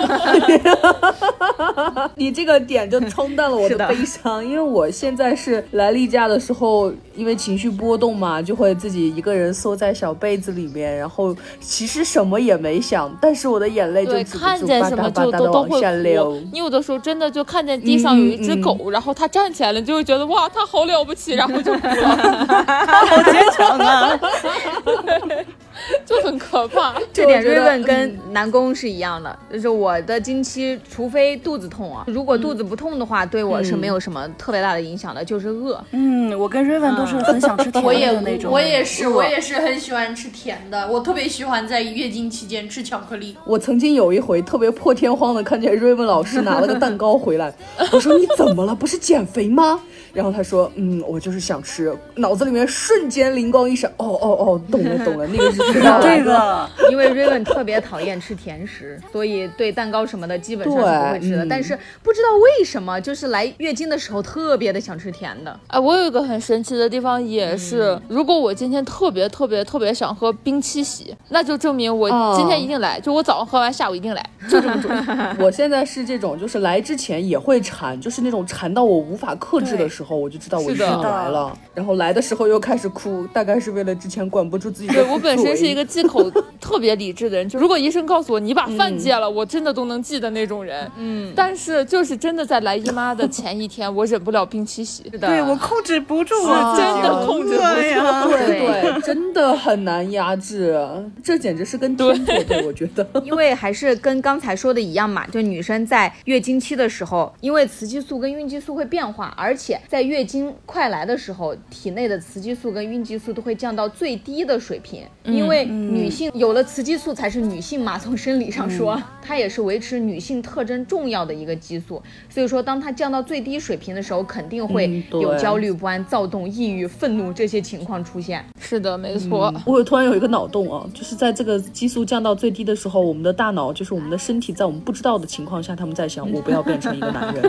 你这个点就冲淡了我的悲伤，因为我现在是来例假的时候，因为情绪波动嘛，就会自己一个人缩在小被子里面，然后其实什么也没想，但是我的眼泪就止不住看见什么就都都会哭。你有的时候真的就看见地上有一只狗、嗯嗯、然后它站起来了，就会觉得哇它好了不起，然后就哭了好坚强啊就很可怕。 这点瑞文跟南宫是一样的，就是我的经期除非肚子痛啊，如果肚子不痛的话、嗯、对我是没有什么特别大的影响的、嗯、就是饿。 嗯，我跟瑞文都是很想吃甜的那种、 嗯、我也我也是我也是很喜欢吃甜的，我特别喜欢在月经期间吃巧克力。 我曾经有一回特别破天荒的看见瑞文老师拿了个蛋糕回来我说你怎么了，不是减肥吗？然后他说嗯我就是想吃，脑子里面瞬间灵光一闪，哦哦哦懂了懂了，那个是这个因为瑞文特别讨厌吃甜食，所以对蛋糕什么的基本上是不会吃的、嗯、但是不知道为什么就是来月经的时候特别的想吃甜的。 哎，我有一个很神奇的地方也是、嗯、如果我今天特别特别特别想喝冰七喜，那就证明我今天一定来、哦、就我早上喝完下午一定来，就这么准我现在是这种就是来之前也会馋，就是那种馋到我无法克制的时候我就知道我一定要来了，然后来的时候又开始哭，大概是为了之前管不住自己的。 对，我本身是一个忌口特别理智的人，就如果医生告诉我你把饭戒了、嗯、我真的都能记的那种人。嗯，但是就是真的在来姨妈的前一天我忍不了冰七喜。 是的， 对，我控制不住， 是真的控制不住呀。对对，真的很难压制，这简直是跟天作对，我觉得。 因为还是跟刚才说的一样嘛，就女生在月经期的时候，因为雌激素跟孕激素会变化，而且在月经快来的时候，体内的雌激素跟孕激素都会降到最低的水平。因为女性有了雌激素才是女性嘛，从生理上说、嗯、它也是维持女性特征重要的一个激素，所以说当它降到最低水平的时候，肯定会有焦虑不安、躁动、抑郁、愤怒这些情况出现。 是的，没错、 嗯、我突然有一个脑洞啊，就是在这个激素降到最低的时候，我们的大脑就是我们的身体在我们不知道的情况下，他们在想我不要变成一个男人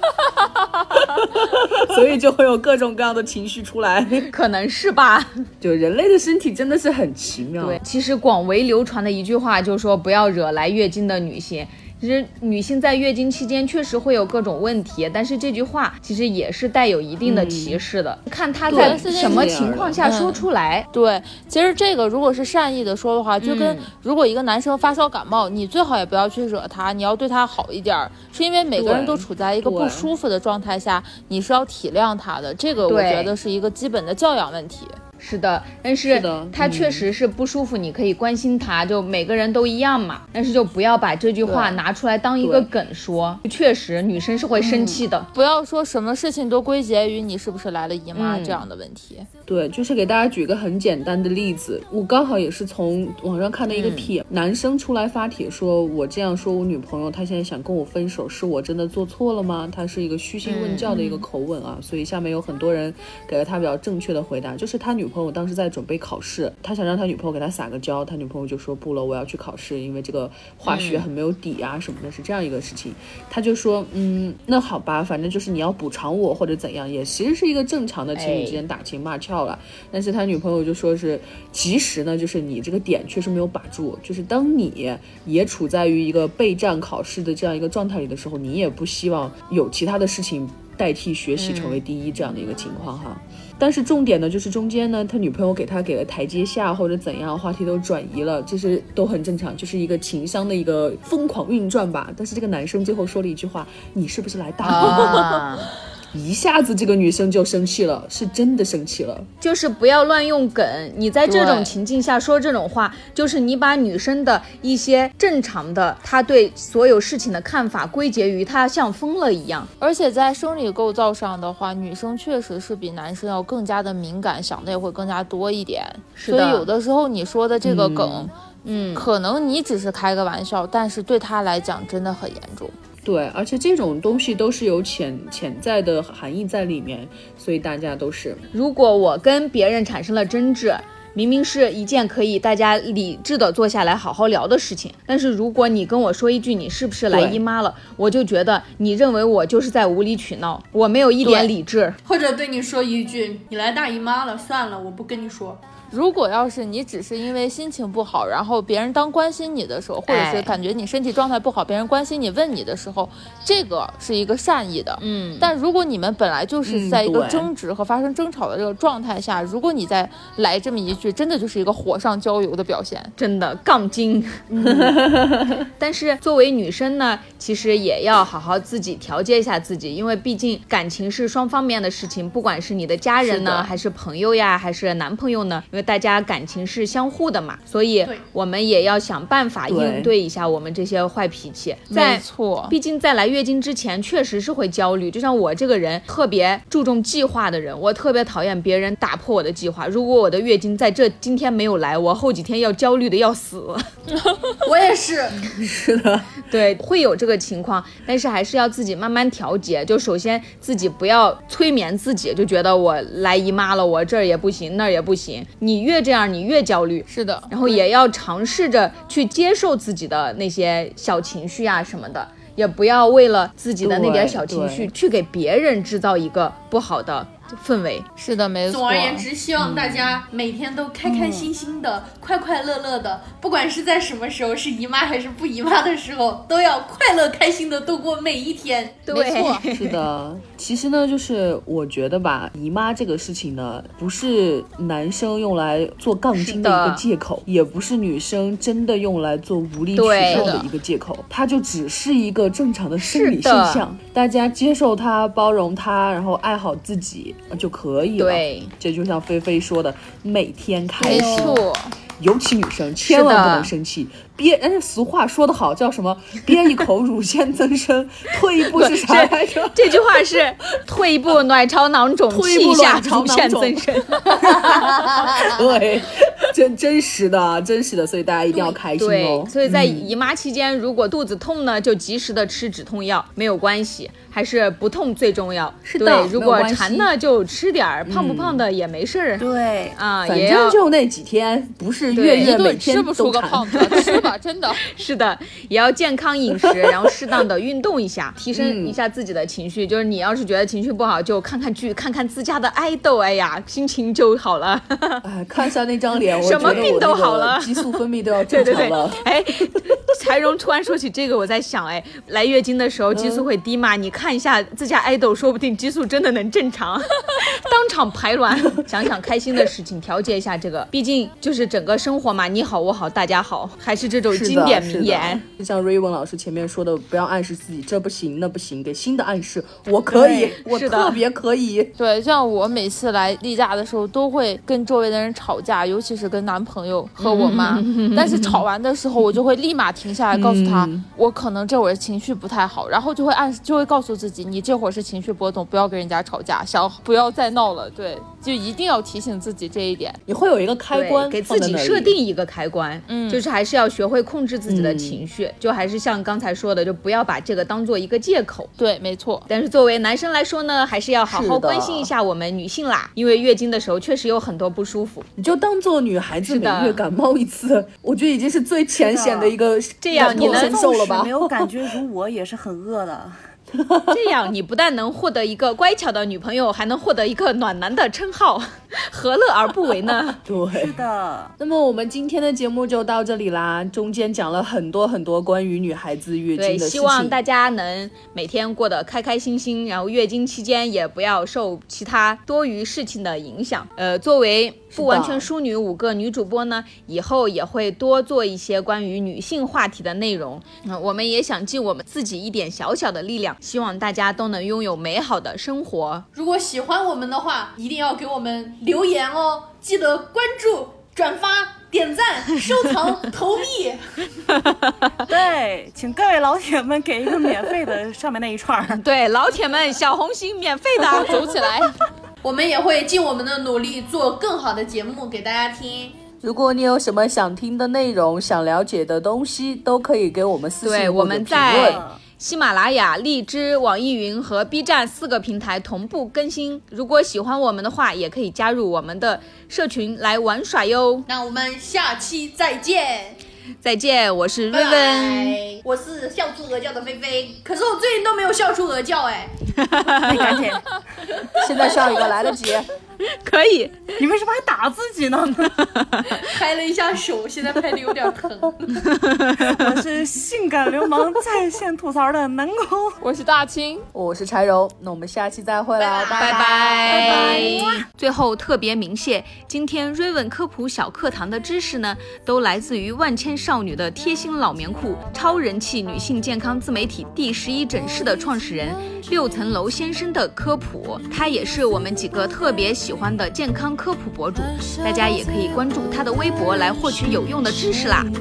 所以就会有各种各样的情绪出来， 可能是吧。 就人类的身体真的是很奇妙。 对，其实广为流传的一句话就是说不要惹来月经的女性。其实女性在月经期间确实会有各种问题，但是这句话其实也是带有一定的歧视的、嗯、看她在什么情况下说出来、 嗯、对，其实这个如果是善意的说的话，就跟如果一个男生发烧感冒、嗯、你最好也不要去惹他，你要对他好一点，是因为每个人都处在一个不舒服的状态下，你是要体谅他的，这个我觉得是一个基本的教养问题。 是的，但是他确实是不舒服，嗯、你可以关心他，就每个人都一样嘛。但是就不要把这句话拿出来当一个梗说，确实女生是会生气的、嗯。 不要说什么事情都归结于你是不是来了姨妈、嗯、这样的问题。 对，就是给大家举个很简单的例子，我刚好也是从网上看的一个帖、嗯，男生出来发帖说，我这样说我女朋友，她现在想跟我分手，是我真的做错了吗？他是一个虚心问教的一个口吻啊、嗯，所以下面有很多人给了他比较正确的回答，就是他女朋友当时在准备考试，他想让他女朋友给他撒个娇，他女朋友就说不了，我要去考试，因为这个化学很没有底啊什么的，是这样一个事情。他就说，嗯，那好吧，反正就是你要补偿我或者怎样，也其实是一个正常的情侣之间打情骂俏了。但是他女朋友就说是，其实呢，就是你这个点确实没有把住，就是当你也处在于一个备战考试的这样一个状态里的时候，你也不希望有其他的事情代替学习成为第一这样的一个情况哈。嗯、但是重点呢，就是中间呢，他女朋友给他给了台阶下或者怎样，话题都转移了，这是都很正常，就是一个情商的一个疯狂运转吧。但是这个男生最后说了一句话，你是不是来打我？啊一下子这个女生就生气了，是真的生气了。 就是不要乱用梗，你在这种情境下说这种话，就是你把女生的一些正常的她对所有事情的看法归结于她像疯了一样。 而且在生理构造上的话，女生确实是比男生要更加的敏感，想的也会更加多一点。所以有的时候你说的这个梗嗯，可能你只是开个玩笑，但是对他来讲真的很严重。 对，而且这种东西都是有潜潜在的含义在里面，所以大家都是， 如果我跟别人产生了争执，明明是一件可以大家理智的坐下来好好聊的事情，但是如果你跟我说一句你是不是来姨妈了，我就觉得你认为我就是在无理取闹，我没有一点理智。 或者对你说一句你来大姨妈了，算了，我不跟你说。 如果要是你只是因为心情不好，然后别人当关心你的时候，或者是感觉你身体状态不好，别人关心你问你的时候，这个是一个善意的。嗯，但如果你们本来就是在一个争执和发生争吵的这个状态下，嗯、如果你再来这么一句，真的就是一个火上浇油的表现， 真的杠精。嗯、但是作为女生呢，其实也要好好自己调节一下自己，因为毕竟感情是双方面的事情，不管是你的家人呢，还是朋友呀，还是男朋友呢，因为大家感情是相互的嘛，所以我们也要想办法应对一下我们这些坏脾气。 没错， 毕竟在来月经之前确实是会焦虑，就像我这个人特别注重计划的人，我特别讨厌别人打破我的计划。如果我的月经在这今天没有来，我后几天要焦虑的要死。 我也是。 是的， 对，会有这个情况，但是还是要自己慢慢调节。就首先自己不要催眠自己，就觉得我来姨妈了，我这儿也不行那儿也不行，你越这样你越焦虑。 是的， 然后也要尝试着去接受自己的那些小情绪啊什么的，也不要为了自己的那点小情绪去给别人制造一个不好的氛围。 是的，没错。 总而言之，希望大家每天都开开心心的、嗯、快快乐乐的，不管是在什么时候，是姨妈还是不姨妈的时候，都要快乐开心的度过每一天。 对， 没错。 是的，其实呢，就是我觉得吧，姨妈这个事情呢，不是男生用来做杠精的一个借口，也不是女生真的用来做无理取闹的一个借口，它就只是一个正常的生理现象，大家接受它，包容它，然后爱好自己就可以了。 对， 这就像菲菲说的，每天开心。 没错， 尤其女生千万不能生气，憋，人家俗话说得好，叫什么？憋一口乳腺增生，退一步是啥来着？ 这句话是退一步卵巢囊肿， 退一步下乳腺增生。 对，真真实的，真实的，所以大家一定要开心哦。 对，所以在姨妈期间，嗯、如果肚子痛呢，就及时的吃止痛药，没有关系。还是不痛最重要。 是的， 对，如果馋呢就吃点儿，胖不胖的也没事儿。 对啊， 反正就那几天，不是月月每天吃不出个胖子，吃吧，真的是的，也要健康饮食，然后适当的运动一下，提升一下自己的情绪。嗯、就是你要是觉得情绪不好，就看看剧，看看自家的爱豆，哎呀，心情就好了。 哎，看一下那张脸，我什么病都好了， 激素分泌都要正常了。 对对对，哎， 柴荣突然说起这个，我在想，哎，来月经的时候激素会低嘛？嗯、你看一下自家爱豆，说不定激素真的能正常，当场排卵。想想开心的事情，调节一下这个，毕竟就是整个生活嘛，你好我好大家好，还是这种经典名言。 就像瑞文老师前面说的，不要暗示自己这不行那不行，给新的暗示，我可以，我特别可以。 对，像我每次来例假的时候，都会跟周围的人吵架，尤其是跟男朋友和我妈。嗯、但是吵完的时候，我就会立马停下来，告诉他、嗯、我可能这会儿情绪不太好，然后就会暗示，就会告诉自己，你这会儿是情绪波动，不要跟人家吵架，想不要再闹了。对，就一定要提醒自己这一点。 你会有一个开关， 给自己设定一个开关，嗯，就是还是要学会控制自己的情绪，嗯、就还是像刚才说的，就不要把这个当做一个借口。 对，没错。 但是作为男生来说呢，还是要好好关心一下我们女性啦，因为月经的时候确实有很多不舒服。 你就当做女孩子每月感冒一次，我觉得已经是最浅显的一个这样你能受了吧？没有感觉如我也是很饿的。 这样你不但能获得一个乖巧的女朋友，还能获得一个暖男的称号，何乐而不为呢？ 对， 是的。 那么我们今天的节目就到这里啦，中间讲了很多很多关于女孩子月经的事情。 对，希望大家能每天过得开开心心，然后月经期间也不要受其他多余事情的影响。呃，作为不完全淑女五个女主播呢，以后也会多做一些关于女性话题的内容。嗯，我们也想尽我们自己一点小小的力量，希望大家都能拥有美好的生活。 如果喜欢我们的话，一定要给我们留言哦，记得关注、转发、点赞、收藏、投币。 对，请各位老铁们给一个免费的上面那一串。 对，老铁们小红心免费的， 走起来。 我们也会尽我们的努力做更好的节目给大家听。 如果你有什么想听的内容，想了解的东西，都可以给我们私信或者评论。 对，我们在喜马拉雅、荔枝、网易云和 B 站四个平台同步更新。如果喜欢我们的话，也可以加入我们的社群来玩耍哟。 那我们下期再见。 再见，我是瑞文， 我是笑出鹅叫的菲菲。可是我最近都没有笑出鹅叫哎。 你赶紧， 现在笑一个来得及。 可以， 你为什么还打自己呢？ 拍了一下手，现在拍的有点疼。 我是性感流氓在线吐槽的南宫， 我是大清， 我是柴柔。那我们下期再会啦， 拜拜拜拜。最后特别鸣谢，今天瑞文科普小课堂的知识呢，都来自于万千少女的贴心老棉裤，超人气女性健康自媒体第十一诊室的创始人六层楼先生的科普，他也是我们几个特别喜欢的健康科普博主，大家也可以关注他的微博来获取有用的知识啦。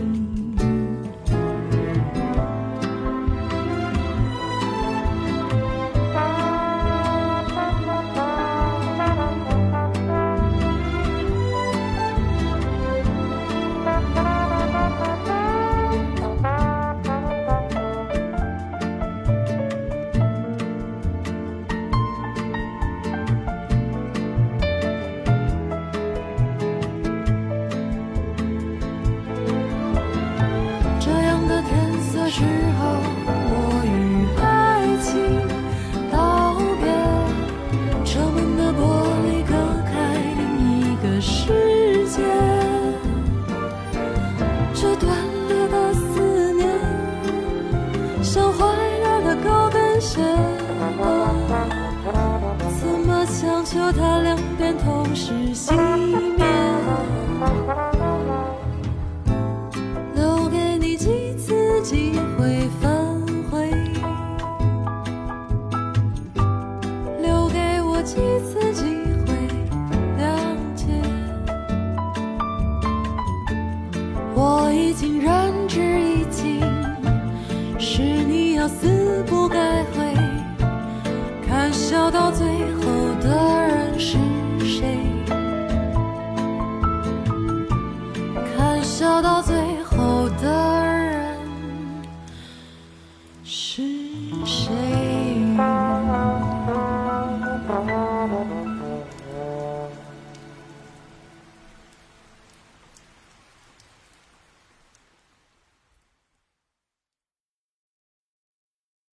时候，我与爱情道别，车门的玻璃隔开另一个世界。这断裂的思念，像坏了的高跟鞋，怎么强求它两边同时熄灭？留给你几次机会反悔，留给我几次机会谅解。我已经染指已尽，是你要死不该悔。看笑到最后的人是谁？